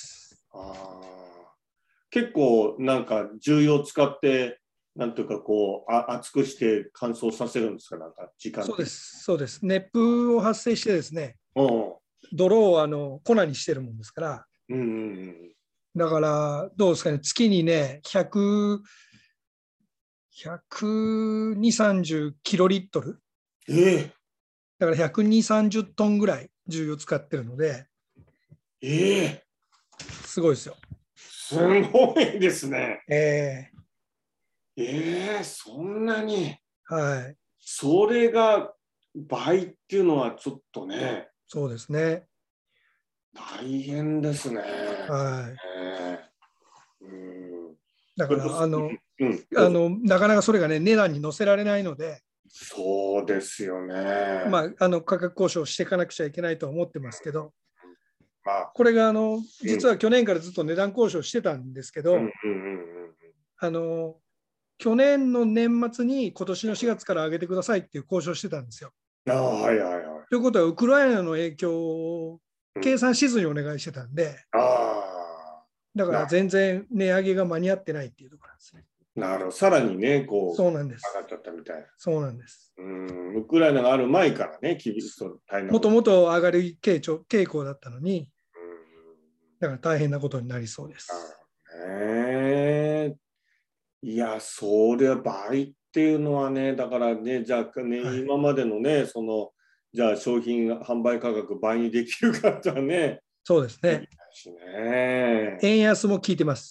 あ結構なんか重油を使って、なんというかこうあ熱くして乾燥させるんですか、なんか時間的に。 そうです、そうです。熱風を発生してですね、 うん、 泥をあの粉にしてるもんですから、 うんうんうん、 だからどうですかね、月にね、ひゃく、ひゃくにじゅう、さんじゅうキロリットル、 えー、 だからひゃくにじゅう、さんじゅうトンぐらい重油を使ってるので、 えー、 すごいですよ。 すごいですね。 えー、えー、そんなに。 ー、はい。 それが倍っていうのはちょっとね。 そうですね。 大変ですね。 はい。 えー、うんだからあの、 うん、 あのなかなかそれがね、値段に乗せられないので、 そうですよね。 まあ、あの価格交渉していかなくちゃいけないとは思ってますけど、 まあ、 これがあの実は去年からずっと値段交渉してたんですけど、あの去年の年末に今年のしがつから上げてくださいっていう交渉してたんですよ。 あはいはいはい。 ということは、ウクライナの影響を計算しずにお願いしてたんで、 うん、あだから全然値上げが間に合ってないっていうところなんですね。 なるほど、さらにね、こう、 そうなんです。 上がっちゃったみたいな。 そうなんです。 うん、ウクライナがある前からね、厳しそう、大変なもこともと上がる傾向傾向だったのに、だから大変なことになりそうです。 ね、いや、それは倍っていうのはね、だからね、じゃあね、はい、今までのね、その、じゃあ商品販売価格倍にできるかじゃね。 そうですね。 ね円安も効いてます。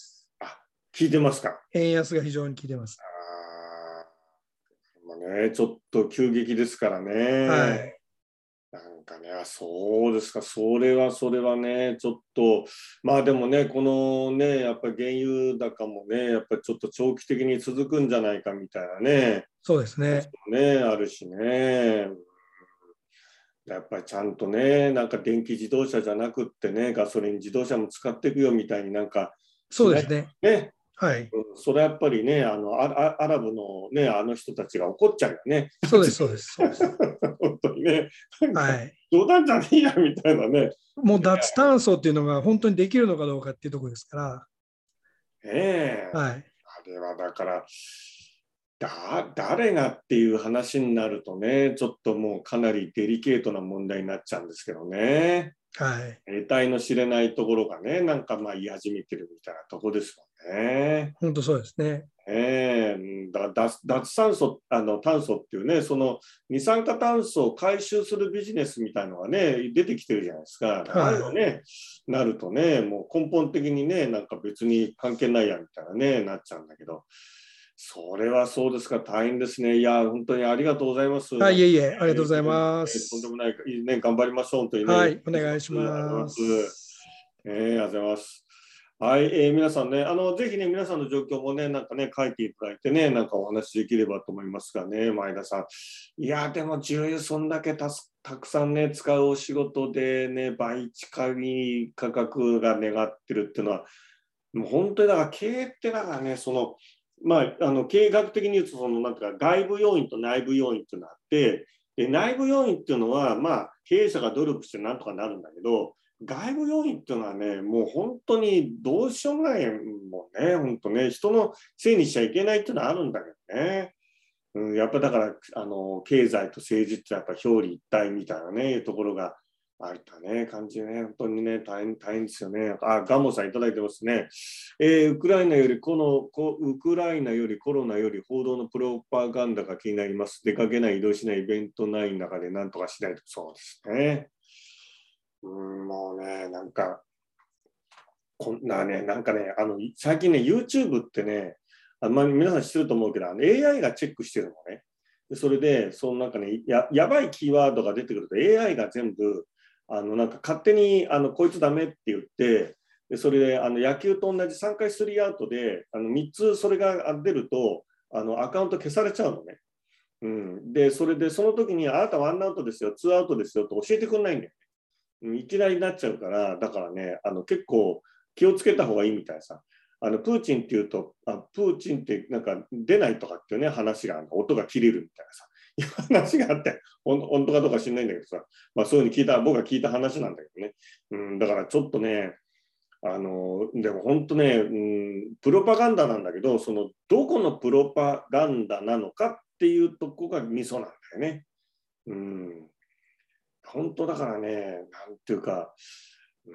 あ、効いてますか。 円安が非常に効いてます。 あまあね、ちょっと急激ですからね。 はい。 なんかね、あ、そうですか、それはそれはね、ちょっと、まあでもね、このね、やっぱり原油高もね、やっぱりちょっと長期的に続くんじゃないかみたいなね、 そうですね。 ね、あるしね。やっぱりちゃんとね、なんか電気自動車じゃなくってね、ガソリン自動車も使っていくよみたいになんかしないとそうですね。 ね。 はい。 うん、それはやっぱりね、あのアアアラブのね、あの人たちが怒っちゃうよね。 そうです、そうです、そうです。 本当にね、なんかはい。 冗談じゃねえやみたいなね。 もう脱炭素っていうのが本当にできるのかどうかっていうところですかねえ、 ら。はい。 あれはだから、だ、誰がっていう話になるとね、ちょっともうかなりデリケートな問題になっちゃうんですけどね。 はい。 得体の知れないところがね、なんかまあ言い始めてるみたいなとこですもんね。 本当そうですね。 ええ、だ脱脱炭素、あの炭素っていうね、その二酸化炭素を回収するビジネスみたいのがね、出てきてるじゃないですか。ああいうのはね、なるとね、もう根本的にね、なんか別に関係ないやみたいなね、なっちゃうんだけど、それはそうですか、大変ですね。いや、本当にありがとうございます。 い。はい、 なんかいえいえ、ありがとうございえーとんでます。 もない、いいね、頑張りましょう。本当にね、よろしはい、おくお願いします。 願いしありがとうまございます。 す。 えー、ありがとうございます。はい、えー皆さんね、あの、ぜひね、皆さんの状況もね、なんかね、書いていただいてね、なんかお話しできればと思いますがね、前田さん。いや、でも、重油そんだけたすたくさんね、使うお仕事でね、倍近い価格が願ってるっていうのは、もう本当にだから経営ってだからね、その、まあ、あの経営学的に言うと、そのなんていうか、外部要因と内部要因っていうのがあって、で内部要因っていうのは、まあ、経営者が努力してなんとかなるんだけど、外部要因っていうのはね、もう本当にどうしようもないもんね、本当ね、人のせいにしちゃいけないっていうのはあるんだけどね。うん、やっぱだからあの経済と政治ってやっぱ表裏一体みたいなねところがあったね感じね、本当にね大変大変ですよね。あ、ガモさんいただいてますね。えーウクライナよりこのこウクライナよりコロナより報道のプロパガンダが気になります。出かけない、移動しない、イベントない中で何とかしないと。そうですね。うん、もうね、なんかこんなね、なんかね、あの最近ね、YouTube ってね、あんまり皆さん知ってると思うけど、あの エーアイ がチェックしてるのね。でそれで、そのなんかねや、やばいキーワードが出てくると エーアイ が全部、あのなんか勝手にあのこいつダメって言って、でそれであの野球と同じさんかいスリーアウトで、あのみっつそれが出ると、あのアカウント消されちゃうのね。うん、で、それでその時に、あなたワンアウトですよ、ツーアウトですよと教えてくれないんだよね。いきなりになっちゃうから、だからね、あの結構気をつけた方がいいみたいさ。あのプーチンっていうと、あプーチンってなんか出ないとかっていうね、話が、音が切れるみたいなさ、いう話があって、本当かどうか知らないんだけどさ、まあそういうふうに聞いた、僕が聞いた話なんだけどね。うん、だからちょっとね、あの、でも本当ね、うん、プロパガンダなんだけど、そのどこのプロパガンダなのかっていうとこがミソなんだよね。うん、本当だからね、なんていうか、うん、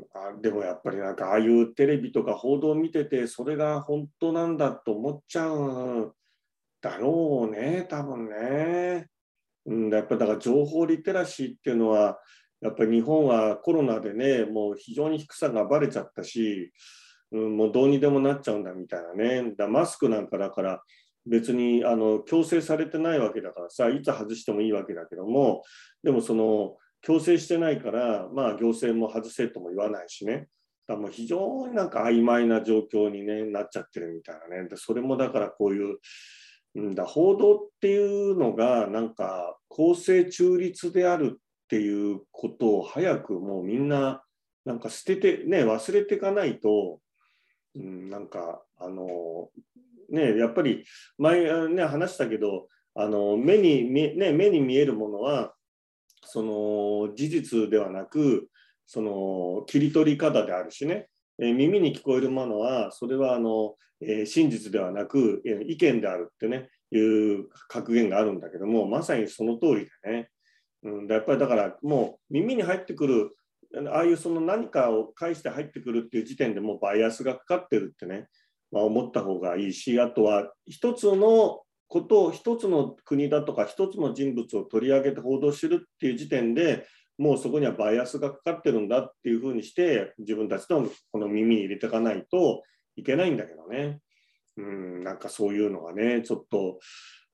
あでもやっぱりなんかああいうテレビとか報道を見てて、それが本当なんだと思っちゃうだろうね、多分ね。うん、やっぱだから情報リテラシーっていうのは、やっぱり日本はコロナでね、もう非常に低さがばれちゃったし、うん、もうどうにでもなっちゃうんだみたいなね。だマスクなんかだから別にあの強制されてないわけだからさ、いつ外してもいいわけだけども、でもその強制してないから、まあ行政も外せとも言わないしね。だもう非常になんか曖昧な状況に、ね、なっちゃってるみたいなね。でそれもだからこういう、うんだ報道っていうのがなんか公正中立であるっていうことを早くもうみんななんか捨ててね忘れていかないと、うん、なんかあのねやっぱり前ね話したけどあの目に見、ね、目に見えるものはその事実ではなくその切り取り方であるしね、えー耳に聞こえるものはそれはあの、えー真実ではなく、えー意見であるってねいう格言があるんだけども、まさにその通りでね、うん、やっぱりだからもう耳に入ってくるああいうその何かを介して入ってくるっていう時点でもうバイアスがかかってるってね、まあ、思った方がいいし、あとは一つのことを一つの国だとか一つの人物を取り上げて報道してるっていう時点でもうそこにはバイアスがかかってるんだっていうふうにして自分たちのこの耳に入れていかないといけないんだけどね。うん、なんかそういうのがねちょっと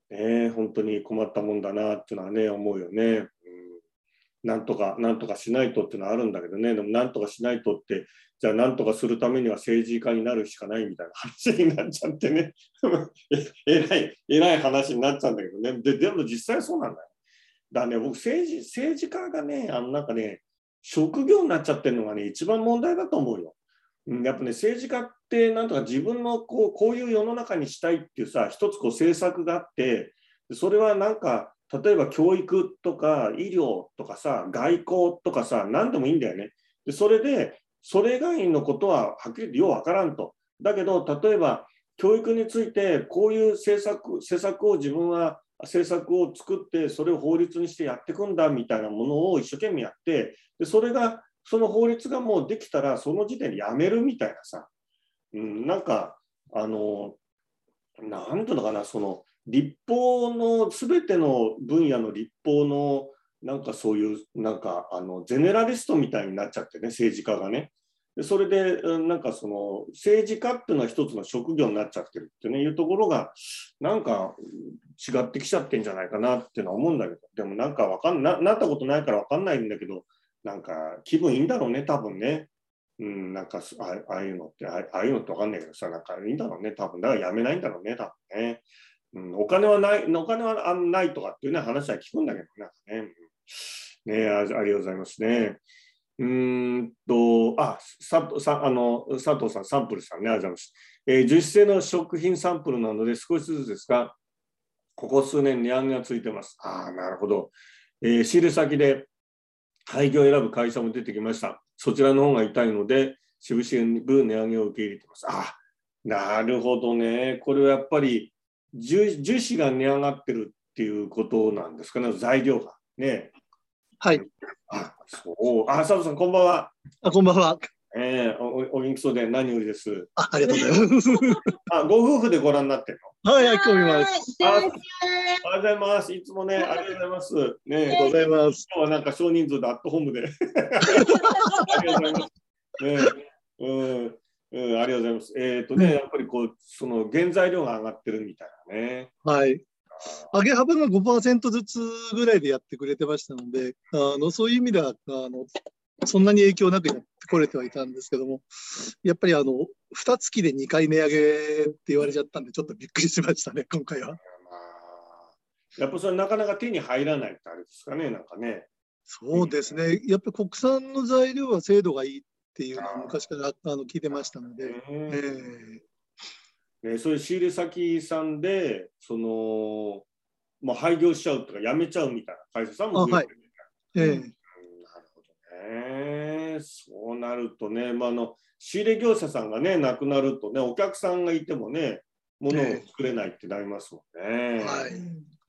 ね、本当に困ったもんだなっていうのはね、思うよね。うん、なんとか、なんとかしないとっていうのはあるんだけどね、でもなんとかしないとって、じゃあなんとかするためには政治家になるしかないみたいな話になっちゃってね、えらい、えらい話になっちゃうんだけどね。で、でも実際そうなんだよ。だからね、僕政治、政治家がね、あのなんかね、職業になっちゃってるのがね、一番問題だと思うよ。やっぱね、政治家ってなんとか自分のこう、こういう世の中にしたいっていうさ、一つこう政策があって、それはなんか、例えば教育とか医療とかさ、外交とかさ、何でもいいんだよね。でそれで、それ以外のことははっきり言ってようわからんと。だけど、例えば教育についてこういう政策、政策を自分は政策を作って、それを法律にしてやっていくんだみたいなものを一生懸命やって、でそれがその法律がもうできたら、その時点でやめるみたいなさ、うん、なんか、あの、なんていうのかな、その、立法の、すべての分野の立法の、なんかそういう、なんか、あの、ゼネラリストみたいになっちゃってね、政治家がね。でそれで、なんかその、政治家っていうのは一つの職業になっちゃってるっていうね、いうところが、なんか違ってきちゃってんじゃないかなっていうのは思うんだけど、でもなんかわかんな、なったことないからわかんないんだけど、なんか気分いいんだろうね、多分ね。うん、なんかあ、ああいうのって、ああいうのってわかんないけどさ、なんかいいんだろうね、多分。だからやめないんだろうね、多分ね。うん、お金はない、お金はないとかっていうね、話は聞くんだけど、なんかね。ねあ、ありがとうございますね。うーんと、あ、ささあの佐藤さん、サンプルさんね、ありがとうございます。えー、樹脂製の食品サンプルなので、少しずつですが、ここ数年値上げがついてます。ああ、なるほど。えー、仕入れ先で廃業を選ぶ会社も出てきました。そちらの方が痛いので、渋々値上げを受け入れています。あ、なるほどね。これはやっぱり樹樹脂が値上がってるっていうことなんですかね、材料が。ね。 はい。 あ、そう。あ、佐藤さん、こんばんは。 あ、こんばんは。 えー、おお元気そうで何よりです。 あ、ありがとうございます。 あ、ご夫婦でご覧になってるの？ はい、はい、今日見ます。 あ、ありがとうございます。いつもね、ありがとうございます。ね、 ありがとうございます。 今日はなんか少人数でアットホームで。ありがとうございます。ね、うん、うん、ありがとうございます。えっ、ー、とね、やっぱりこう、その原材料が上がってるみたいなね。 はい。上げ幅が ごパーセント ずつぐらいでやってくれてましたので、あのそういう意味ではあのそんなに影響なくやってこれてはいたんですけども、やっぱりあのにがつでにかい値上げって言われちゃったんで、ちょっとびっくりしましたね、今回は。 やっぱそれなかなか手に入らないってあれですかね、なんかね。 そうですね、やっぱり国産の材料は精度がいいっていうのは昔からあの聞いてましたので。えーね、そういう仕入れ先さんで、その、まあ、廃業しちゃうとか、やめちゃうみたいな会社さんも増えてるみたいな。はい、えー、うん、なるほどね。そうなるとね、まあ、あの仕入れ業者さんがね、なくなるとね、お客さんがいてもね、物を作れないってなりますもんね。はい。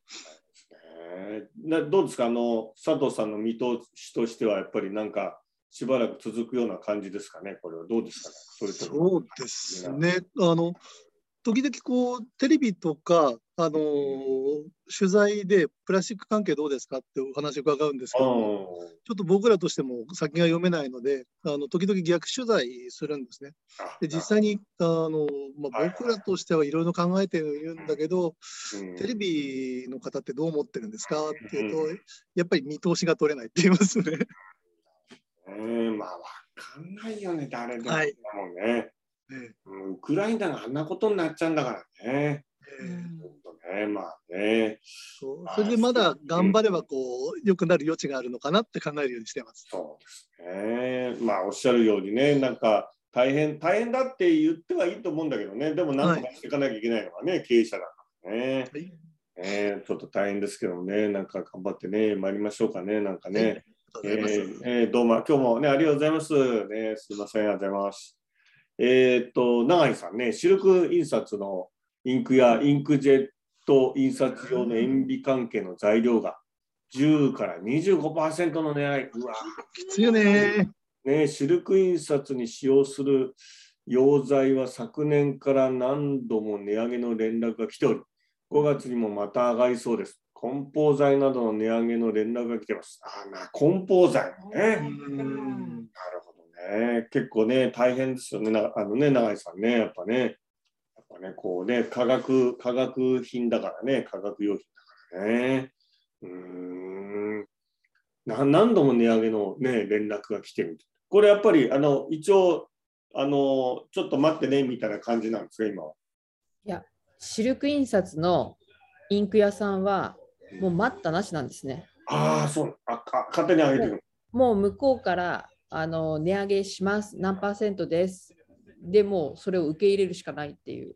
などうですか、あの佐藤さんの見通しとしては、やっぱりなんかしばらく続くような感じですかね、これはどうですかね。それとそうですね。あの時々こうテレビとか、あのー、取材でプラスチック関係どうですかってお話を伺うんですけども、ちょっと僕らとしても先が読めないので、あの時々逆取材するんですね。で実際にあの、まあ、僕らとしてはいろいろ考えているんだけど、テレビの方ってどう思ってるんですかっていうと、やっぱり見通しが取れないって言いますね。 うん、まあ分かんないよね、誰でも。はい、もんね。ね、ウクライナがあんなことになっちゃうんだからね。えー、ね、まあね。 そう、それでまだ頑張ればこう良くなる余地があるのかなって考えるようにしてます。 そうですね。まあおっしゃるようにね、なんか大変大変だって言ってはいいと思うんだけどね。でもなんとかしていかなきゃいけないのはね、はい、経営者だからね。はい、えー、ちょっと大変ですけどね、なんか頑張ってね、参りましょうかね、なんかね。はい、えーえー、どうも今日もねありがとうございます。ね、すいません、ありがとうございます。えっと、永井さんね、シルク印刷のインクやインクジェット印刷用の塩ビ関係の材料がじゅうからにじゅうごパーセントの値上げ。うわ、 きついよね。 ね、シルク印刷に使用する溶剤は昨年から何度も値上げの連絡が来ており、ごがつにもまた上がりそうです。梱包材などの値上げの連絡が来てます。あな、梱包材もね。なるほどね。結構ね、大変ですよね、あのね、永井さんね、やっぱね。やっぱね、こうね、化学、化学品だからね、化学用品だからね。うーん。な何度も値上げのね、連絡が来てる。これやっぱり、あの、一応、あの、ちょっと待ってね、みたいな感じなんですか、今は。 いや、シルク印刷のインク屋さんは、もう待ったなしなんですね。 ああ、そう。あ、か勝手に上げてる。 もう向こうからあの値上げします、何パーセントです。でもうそれを受け入れるしかないっていう。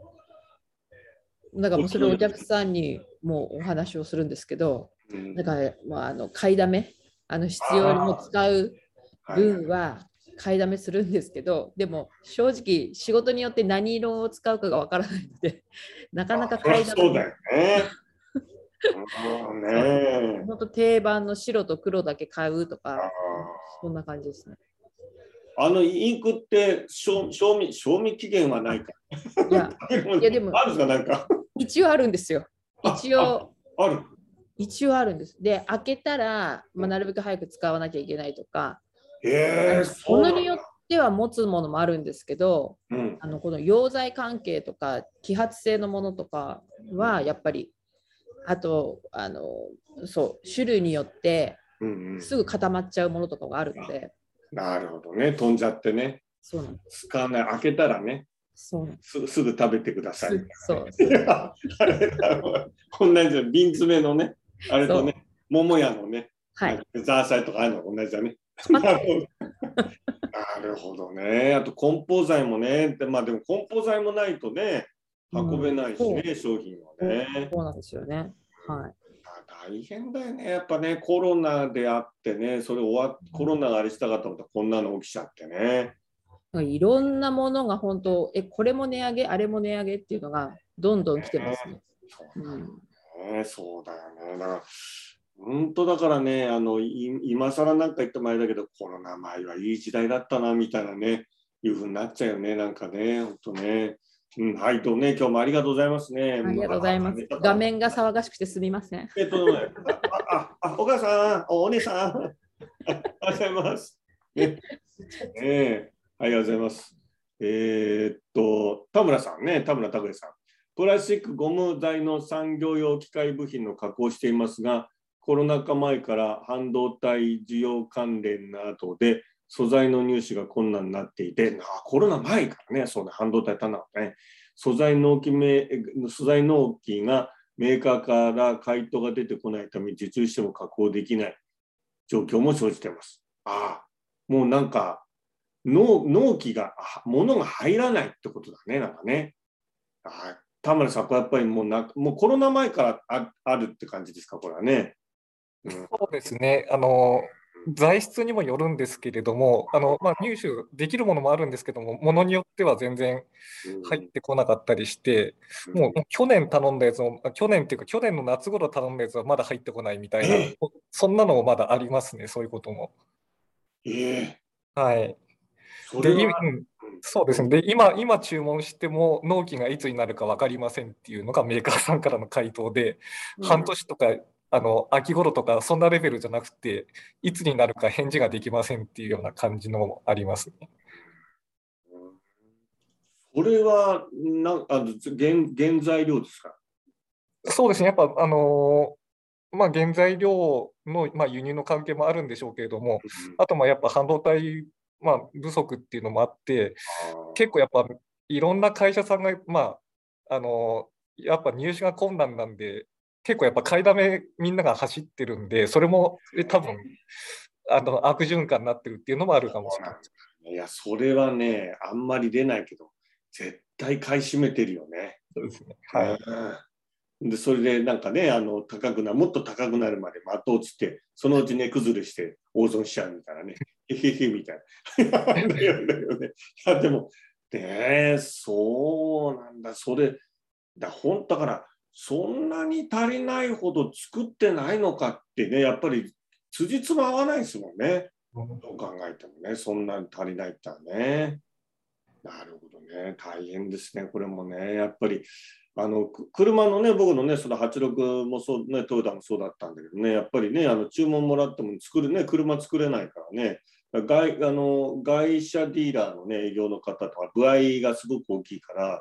だからもうそれをお客さんにもうお話をするんですけど、 うん、 だから、まあ、あの買いだめ、あの必要にも使う分は買いだめするんですけど、でも正直仕事によって何色を使うかがわからないので、なかなか買いだめ。 そうだよね。 本当定番の白と黒だけ買うとか、そんな感じですね。 あのインクって賞味、賞味期限はないか。 いや、いやでも、 あるんですか、なんか。 一応あるんですよ。一応。 ある。 一応あるんです。で、開けたら、まあ、なるべく早く使わなきゃいけないとか、 えー、 ものによっては持つものもあるんですけど、 うん、 あのこの溶剤関係とか、揮発性のものとかはやっぱり、あと、あのそう、種類によってすぐ固まっちゃうものとかがあるので。 うん、なるほどね、飛んじゃってね。 そうなんです。 使わない、開けたらね。 そうなんです。 す, すぐ食べてください。 そうそう。いや、あれだ、同じよ、瓶詰めのね、あれとね、桃屋のね、 はい、 ザーサイとかあるの同じだね。なるほどね。あと梱包材もね、まあでも梱包材もないとね、運べないしね、うん、商品はね。 そうなんですよね。はい。 大変だよね。やっぱね、コロナであってね、それ終わコロナがあれしたかと思ったらこんなの起きちゃってね。 いろんなものが本当、え、これも値上げ、あれも値上げっていうのがどんどん来てますね。 そうだよね。うん、そうだよね。だから本当だからね、あの今更なんか言ってもあれだけど、コロナ前はいい時代だったなみたいなね、いうふうになっちゃうよね、なんかね、本当ね。うん、はい、とね、今日もありがとうございますね。 ありがとうございます。画面が騒がしくてすみません。 えっとね、あ、あ、お母さん、お姉さん、ありがとうございます。ね、ね、ありがとうございます。えー、っと、田村さんね、田村拓也さん。プラスチックゴム材の産業用機械部品の加工をしていますが、コロナ禍前から半導体需要関連などで素材の入手が困難になっていて、あ、コロナ前からね、そうね、半導体足んなかったね。素材納期め、素材納期がメーカーから回答が出てこないため、受注しても加工できない状況も生じています。ああ、もうなんか、納, 納期が、物が入らないってことだね、なんかね。あ、田村さん、これやっぱりもうな、もうコロナ前から あ, あるって感じですか、これはね。 うん、そうですね。あの、材質にもよるんですけれども、あのまあ、入手できるものもあるんですけども、ものによっては全然入ってこなかったりして、うん、もう去年頼んだやつも、去年っていうか、去年の夏頃頼んだやつはまだ入ってこないみたいな、えー、そんなのもまだありますね、そういうことも。 えー、はい。で今そうですね。で今、今注文しても納期がいつになるか分かりませんっていうのがメーカーさんからの回答で、うん、半年とかあの秋頃とかそんなレベルじゃなくて、いつになるか返事ができませんっていうような感じのもありますね。 これはなあの 原, 原材料ですか？ そうですね。やっぱあのまあ、原材料の、まあ、輸入の関係もあるんでしょうけれども、うん、あとまあやっぱ半導体、まあ、不足っていうのもあって、結構やっぱいろんな会社さんが、まあ、あのやっぱ入手が困難なんで、結構やっぱ買いだめみんなが走ってるんで、それも多分あの悪循環になってるっていうのもあるかもしれない。 いや、それはね、あんまり出ないけど、絶対買い占めてるよね。 そうですね。はい。 うん、で、それでなんかね、あの高くな、もっと高くなるまで待とうっつって、そのうち値崩れして大損しちゃうみたいなね。へへへみたいな。だよね。いや、でも、ね、そうなんだ。それ、だ本当だから、そんなに足りないほど作ってないのかってね、やっぱり辻褄合わないですもんね。どう考えてもね、そんなに足りないって言ったらね。なるほどね、大変ですね、これもね。やっぱり、あの車のね、僕のね、そのはちじゅうろくもそう、ね、トヨタもそうだったんだけどね、やっぱりね、あの注文もらっても作るね、車作れないからね、外あの外車ディーラーのね、営業の方とか、具合がすごく大きいから、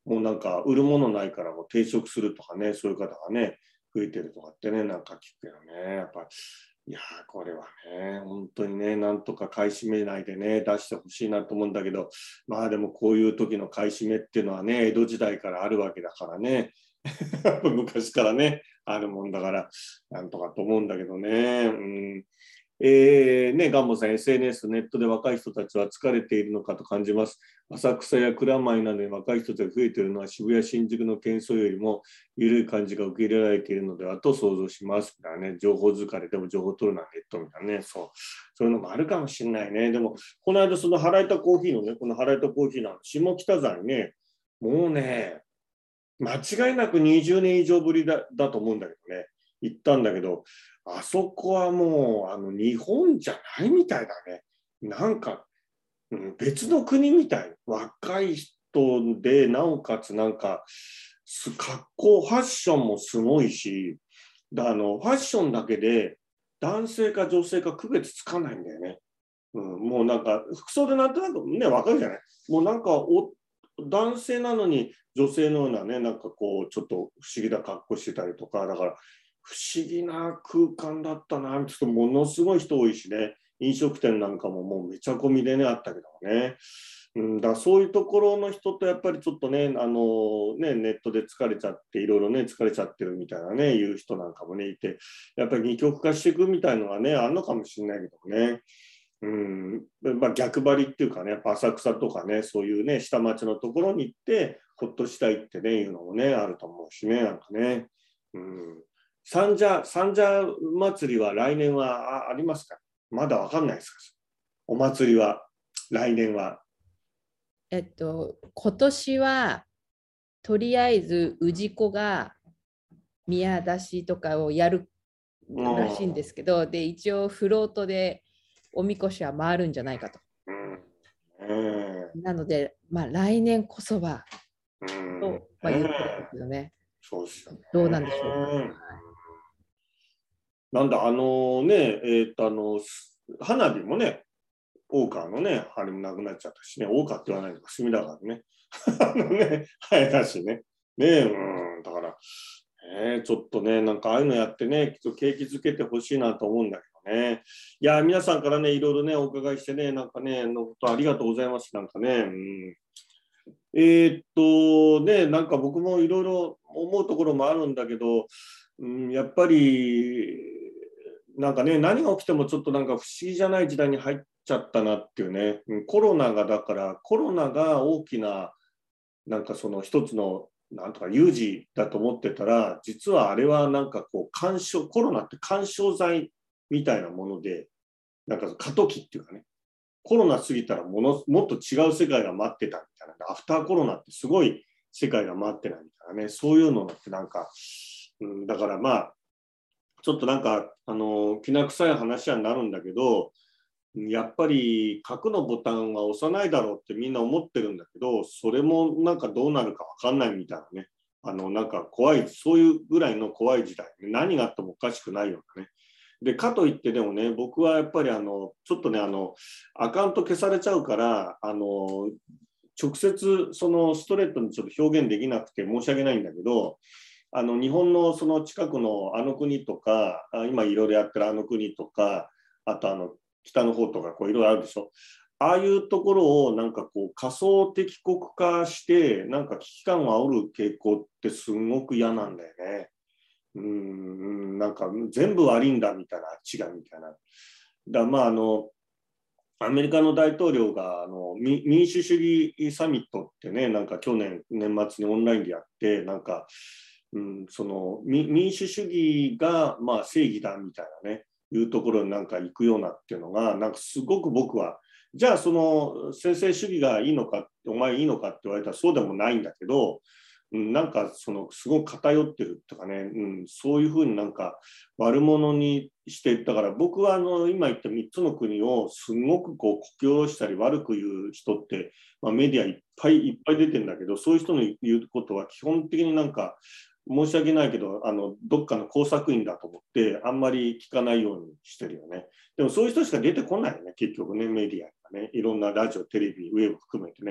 もうなんか売るものないからもう転職するとかね、そういう方がね、増えてるとかってね、なんか聞くよね。やっぱ、いやー、これはね、本当にね、なんとか買い占めないでね、出してほしいなと思うんだけど、まあでもこういう時の買い占めっていうのはね、江戸時代からあるわけだからね、昔からね、あるもんだから、なんとかと思うんだけどね。うんえーね、ガンボさん、エスエヌエス、ネットで若い人たちは疲れているのかと感じます。浅草や蔵前などで若い人たちが増えているのは渋谷、新宿の喧騒よりも緩い感じが受け入れられているのではと想像します。だね、情報疲れでも情報を取るのはネットみたいなね、そう、そういうのもあるかもしれないね。でも、この間、その払えたコーヒーのね、この払えたコーヒーの下北沢にね、もうね、間違いなくにじゅうねん以上ぶりだ、だと思うんだけどね、行ったんだけど、あそこはもうあの日本じゃないみたいだね。なんか、うん、別の国みたい。若い人で、なおかつなんか、格好、ファッションもすごいし、だあのファッションだけで男性か女性か区別つかないんだよね。うん、もうなんか、服装でなんとなくね、わかるじゃない。もうなんかお、男性なのに女性のようなね、なんかこう、ちょっと不思議な格好してたりとか、だから、不思議な空間だったな。ちょっとものすごい人多いしね。飲食店なんかももうめちゃ込みでね、あったけどね。うん、だからそういうところの人とやっぱりちょっとね、あのね、ネットで疲れちゃって、いろいろね、疲れちゃってるみたいなね、いう人なんかもね、いて、やっぱり二極化していくみたいのがね、あるのかもしれないけどね。うん、まあ、逆張りっていうかね、やっぱ浅草とかね、そういうね、下町のところに行って、ほっとしたいってね、いうのもね、あると思うしね、なんかね。うん三社、三社祭りは来年は あ, ありますか？まだわかんないですか？お祭りは、来年は。 えっと、今年は、とりあえず、氏子が宮出しとかをやるらしいんですけど、で、一応、フロートでおみこしは回るんじゃないかと。 うんえー、 なので、まあ、来年こそは、 うんと、まあ、言ってるんですけどね。 そうですよね。 どうなんでしょうか。 なんだ、あのね、えー、っと、あの、花火もね、大川のね、あれもなくなっちゃったしね、大川って言わないのか、隅田川ね。あのね、はい、だしね。ねえ、うん、だから、えー、ちょっとね、なんかああいうのやってね、きっと景気づけてほしいなと思うんだけどね。いや、皆さんからね、いろいろね、お伺いしてね、なんかね、のことありがとうございます。なんかね、うん、えー、っと、ね、なんか僕もいろいろ思うところもあるんだけど、うん、やっぱり、なんかね、何が起きてもちょっとなんか不思議じゃない時代に入っちゃったなっていうね、コロナがだから、コロナが大きな、なんかその一つの、なんとか有事だと思ってたら、実はあれはなんかこう、干渉、コロナって干渉剤みたいなもので、なんか過渡期っていうかね、コロナ過ぎたらものもっと違う世界が待ってたみたいな、アフターコロナってすごい世界が待ってないみたいなね、そういうのってなんか、うん、だからまあ、ちょっとなんか、あの、きな臭い話はなるんだけど、やっぱり核のボタンは押さないだろうってみんな思ってるんだけど、それもなんかどうなるかわかんないみたいなね。あの、なんか怖い、そういうぐらいの怖い時代、何があってもおかしくないようなね。で、かといってでもね、僕はやっぱりあの、ちょっとね、あの、アカウント消されちゃうから、あの、直接そのストレートにちょっと表現できなくて申し訳ないんだけど、あの日本のその近くのあの国とか、今いろいろやってるあの国とか、あとあの北の方とかこういろいろあるでしょ。ああいうところをなんかこう仮想敵国化してなんか危機感を煽る傾向ってすごく嫌なんだよね。うーん、なんか全部悪いんだみたいな、違うみたいな。だまああのアメリカの大統領があの民主主義サミットってね、なんか去年年末にオンラインでやって、なんか、うん、その民主主義がまあ正義だみたいなね、いうところになんか行くようなっていうのが、なんかすごく僕は、じゃあその専制主義がいいのか、お前いいのかって言われたらそうでもないんだけど、なんかそのすごく偏ってるとかね、うん、そういうふうになんか悪者にしていったから、僕はあの今言ったみっつの国をすごくこうこき下ろしたり悪く言う人って、まあ、メディアいっぱいいっぱい出てるんだけど、そういう人の言うことは基本的になんか申し訳ないけど、あのどっかの工作員だと思ってあんまり聞かないようにしてるよね。でもそういう人しか出てこないよね、結局ね、メディアがね、いろんなラジオ、テレビ、ウェブ含めてね。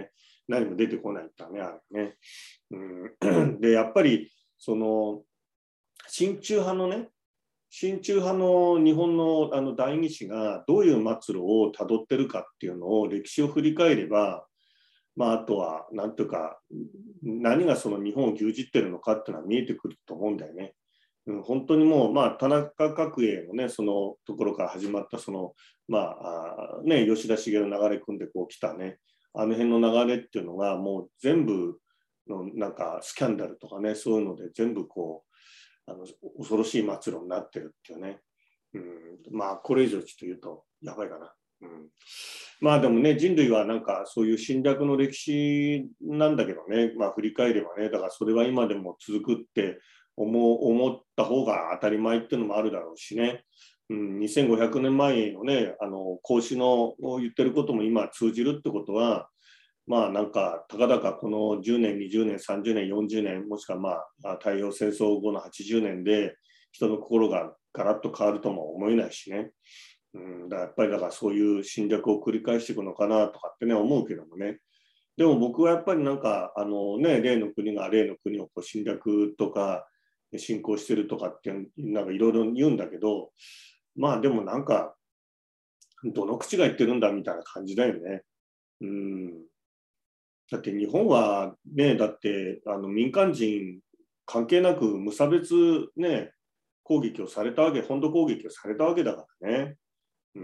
何も出てこないんだね、あれね。うん、で、やっぱり、その、親中派のね、親中派の日本のあの代議士がどういう末路をたどってるかっていうのを歴史を振り返れば、まあ、あとは何というか何がその日本を牛耳ってるのかっていうのは見えてくると思うんだよね。うん、本当にもう、まあ、田中角栄のねそのところから始まったその、まあ、あね、吉田茂の流れ組んでこう来たねあの辺の流れっていうのがもう全部のなんかスキャンダルとかねそういうので全部こうあの恐ろしい末路になってるっていうね、うん、まあこれ以上ちょっと言うとやばいかな、うん、まあでもね人類はなんかそういう侵略の歴史なんだけどね、まあ振り返ればねだからそれは今でも続くって思思った方が当たり前っていうのもあるだろうしね、うん、にせんごひゃくねんまえのねあの孔子の言ってることも今通じるってことはまあなんかたかだかこのじゅうねんにじゅうねんさんじゅうねんよんじゅうねんもしくはまあ太平洋戦争後のはちじゅうねんで人の心がガラッと変わるとも思えないしね、うん、だからやっぱりだからそういう侵略を繰り返していくのかなとかってね思うけどもねでも僕はやっぱりなんかあのね例の国が例の国をこう侵略とか侵攻してるとかってなんかいろいろ言うんだけどまあでもなんかどの口が言ってるんだみたいな感じだよね。うんだって日本はね、だってあの民間人関係なく無差別ね、攻撃をされたわけ、本土攻撃をされたわけだからね。うん、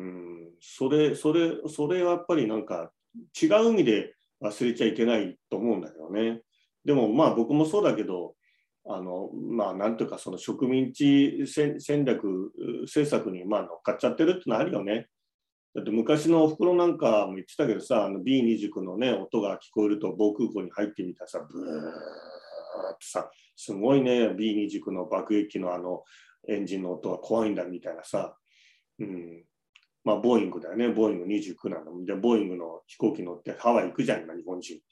それ、それ、それはやっぱりなんか違う意味で忘れちゃいけないと思うんだけどね。でもまあ僕もそうだけど、あのまあなんというかその植民地戦略政策にまあ乗っかっちゃってるってのはあるよね。だって昔のおふくろなんかも言ってたけどさ、あの ビーにじゅうきゅう のね、音が聞こえると防空壕に入ってみたらさ、ブーってさ、すごいね、ビーにじゅうきゅう の爆撃のあのエンジンの音は怖いんだみたいなさ、うん、まあ、ボーイングだよね、ボーイングにじゅうきゅうなの。で、ボーイングの飛行機乗ってハワイ行くじゃん、今、日本人。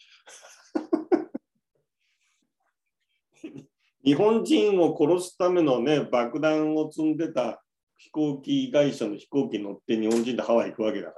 日本人を殺すためのね、爆弾を積んでた飛行機会社の飛行機乗って日本人でハワイ行くわけだから。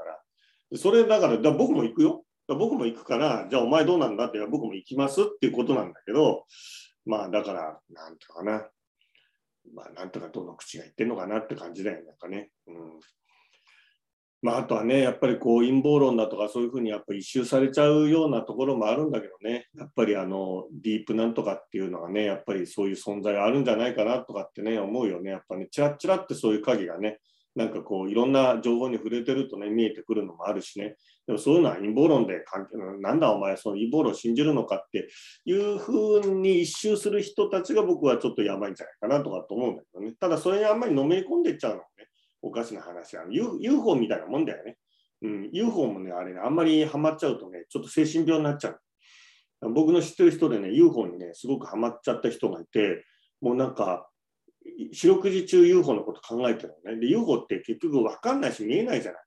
それだから、だから僕も行くよ。僕も行くから、じゃあお前どうなんだって、僕も行きますっていうことなんだけど、まあだから、なんとかな。まあなんとかどの口が言ってんのかなって感じだよね。なんかね。うんまあ、あとはね、やっぱりこう陰謀論だとかそういうふうにやっぱり一周されちゃうようなところもあるんだけどね、やっぱりあのディープなんとかっていうのがね、やっぱりそういう存在があるんじゃないかなとかってね、思うよね。やっぱね、チラッチラってそういう影がね、なんかこういろんな情報に触れてるとね、見えてくるのもあるしね、でもそういうのは陰謀論で関係ない、なんだお前その陰謀論を信じるのかっていうふうに一周する人たちが僕はちょっとやばいんじゃないかなとかと思うんだけどね。ただそれにあんまりのめり込んでいっちゃうのもね、おかしな話は ユーフォー みたいなもんだよね。うん、ユーフォー もね、あれね、あんまりハマっちゃうとね、ちょっと精神病になっちゃう。僕の知ってる人でね、ユーフォー にね、すごくハマっちゃった人がいて、もうなんか、四六時中 ユーフォー のこと考えてるのね。で、ユーフォー って結局分かんないし見えないじゃない。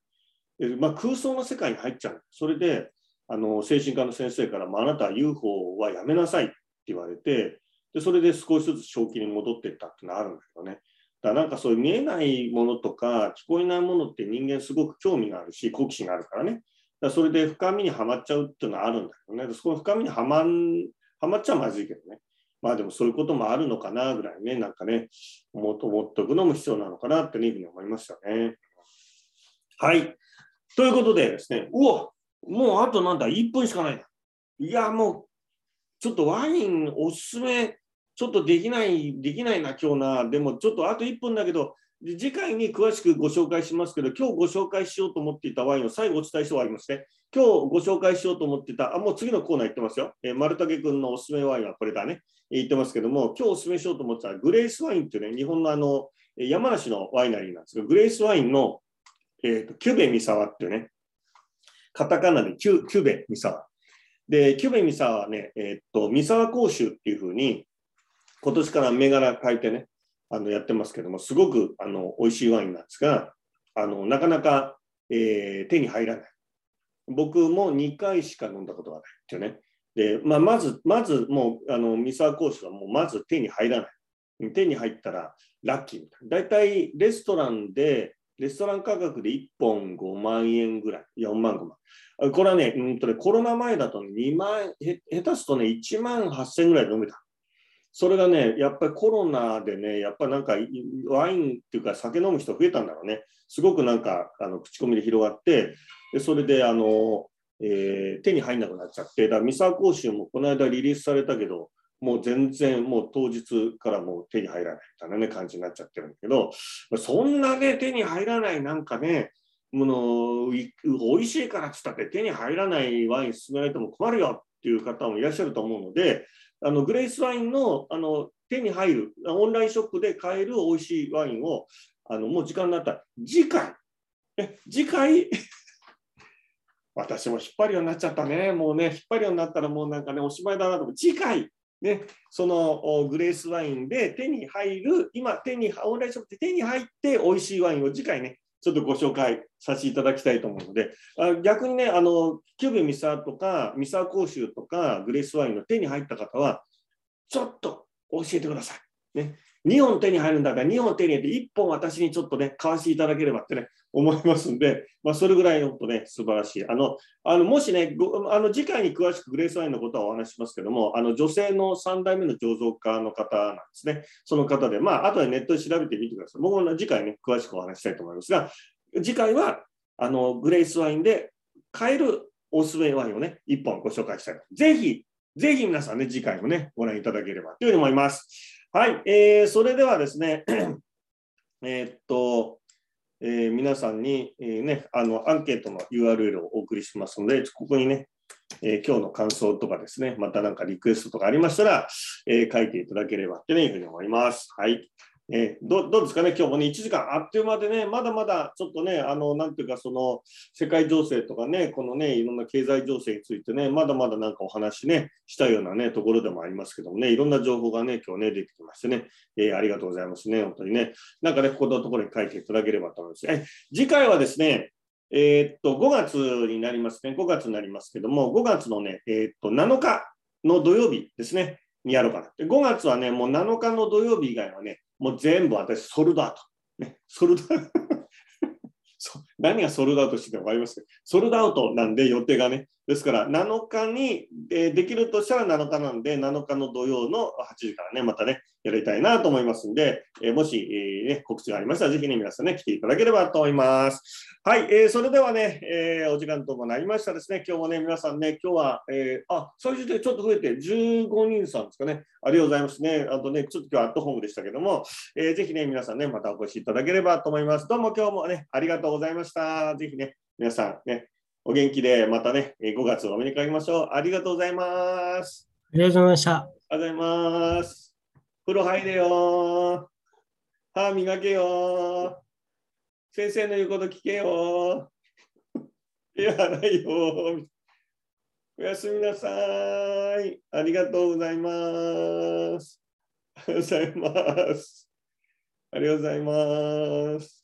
でまあ、空想の世界に入っちゃう。それで、あの精神科の先生からも、あなたは ユーフォー はやめなさいって言われて、でそれで少しずつ正気に戻っていったっていうのがあるんだけどね。だからなんかそういう見えないものとか聞こえないものって人間すごく興味があるし好奇心があるからね。だからそれで深みにはまっちゃうっていうのはあるんだけどね。そこの深みにはまん、はまっちゃまずいけどね。まあでもそういうこともあるのかなぐらいね、なんかね、思っておくのも必要なのかなっていうふうに思いましたね。はい。ということでですね、うおもうあとなんだ、いっぷんしかないな。いや、もうちょっとワインおすすめ、ちょっとできない、できないな、今日な。でもちょっとあといっぷんだけど、次回に詳しくご紹介しますけど、今日ご紹介しようと思っていたワインを最後お伝えして終わりますね。今日ご紹介しようと思っていた、あ、もう次のコーナー行ってますよ。えー、丸武君のおすすめワインはこれだね。えー、言ってますけども、今日おすすめしようと思ってたグレースワインっていうね、日本のあの、山梨のワイナリーなんですけど、グレースワインの、えーと、キュベミサワっていうね、カタカナでキュ、キュベミサワ。で、キュベミサワはね、えー、っと、ミサワ甲州っていうふうに、今年から銘柄変えてね、あのやってますけども、すごくあの美味しいワインなんですが、あのなかなか、えー、手に入らない。僕もにかいしか飲んだことがないっていうね。で、まあ、まず、まずもう、あの三沢講師はもうまず手に入らない。手に入ったらラッキーみたいな。大体レストランでレストラン価格でいっぽんごまんえんぐらい、よんまんごまん。これはね、うんとねコロナ前だとにまん、へ下手すとね、いちまんはっせんぐらいで飲めた。それがね、やっぱりコロナでね、やっぱりなんかワインっていうか酒飲む人増えたんだろうね。すごくなんかあの口コミで広がって、でそれであの、えー、手に入んなくなっちゃって、だから三沢甲州もこの間リリースされたけど、もう全然もう当日からもう手に入らないみたいな、ね、感じになっちゃってるんだけど、そんなね、手に入らないなんかね、もの美味しいからっつったって手に入らないワイン勧められても困るよっていう方もいらっしゃると思うので、あのグレイスワインの、あの手に入るオンラインショップで買える美味しいワインをあのもう時間になったら次回え次回私も引っ張るようになっちゃったね。もうね引っ張るようになったらもうなんかねおしまいだなと思う。次回ねそのグレイスワインで手に入る今手にオンラインショップで手に入って美味しいワインを次回ねちょっとご紹介させていただきたいと思うので、あ逆にね、あのキューベ三沢とか三沢甲州とかグレイスワインの手に入った方は、ちょっと教えてください。ね、にほん手に入るんだからにほん手に入れていっぽん私にちょっとね、買わせていただければってね、思いますんで、まあ、それぐらい本当ね、素晴らしい。あの、あのもしねごあの、次回に詳しくグレースワインのことはお話ししますけども、あの女性のさん代目の醸造家の方なんですね。その方で、まあ、あとでネットで調べてみてください。僕も次回ね、詳しくお話ししたいと思いますが、次回はあのグレイスワインで買えるおすすめワインをね、いっぽんご紹介したい。ぜひ、ぜひ皆さんね、次回もね、ご覧いただければというふうに思います。はい、えー、それではですね、えーっと、えー、皆さんに、えーね、あのアンケートの ユーアールエル をお送りしますので、ここにね、えー、今日の感想とかですね、またなんかリクエストとかありましたら、えー、書いていただければというふうに思います。はい。えー、ど, どうですかね、今日もね、いちじかんあっという間でね、まだまだちょっとね、あのなんていうか、その世界情勢とかね、このね、いろんな経済情勢についてね、まだまだなんかお話ね、したようなね、ところでもありますけどもね、いろんな情報がね、今日ね、出てきましてね、えー、ありがとうございますね、本当にね。なんかね、ここのところに書いていただければと思います。え次回はですね、えー、っと、ごがつになりますね、ごがつになりますけども、ごがつのね、えー、っと、なのかの土曜日ですね、にやろうかな。でごがつはね、もうなのかの土曜日以外はね、もう全部私、ソルドアウト。ね、ソルドアウト。何がソルドアウトしてるか分かりますか？ソルドアウトなんで予定がね。ですからなのかに、えー、できるとしたらなのかなんで、なのかの土曜のはちじからね、またね、やりたいなと思いますんで、えー、もし、えーね、告知がありましたら、ぜひね、皆さんね、来ていただければと思います。はい、えー、それではね、えー、お時間ともなりましたですね、今日もね、皆さんね、今日は、えー、あ、最終的にちょっと増えてじゅうごにんさんですかね、ありがとうございますね。あとね、ちょっと今日はアットホームでしたけども、えー、ぜひね、皆さんね、またお越しいただければと思います。どうも今日もね、ありがとうございました。ぜひね、皆さんね、お元気でまたね、ごがつお目にかけましょう。ありがとうございます。 ありがとうございました。 ありがとうございます。風呂入れよ。歯磨けよ。先生の言うこと聞けよ。手洗いよ。おやすみなさい。ありがとうございます。ありがとうございます。ありがとうございます。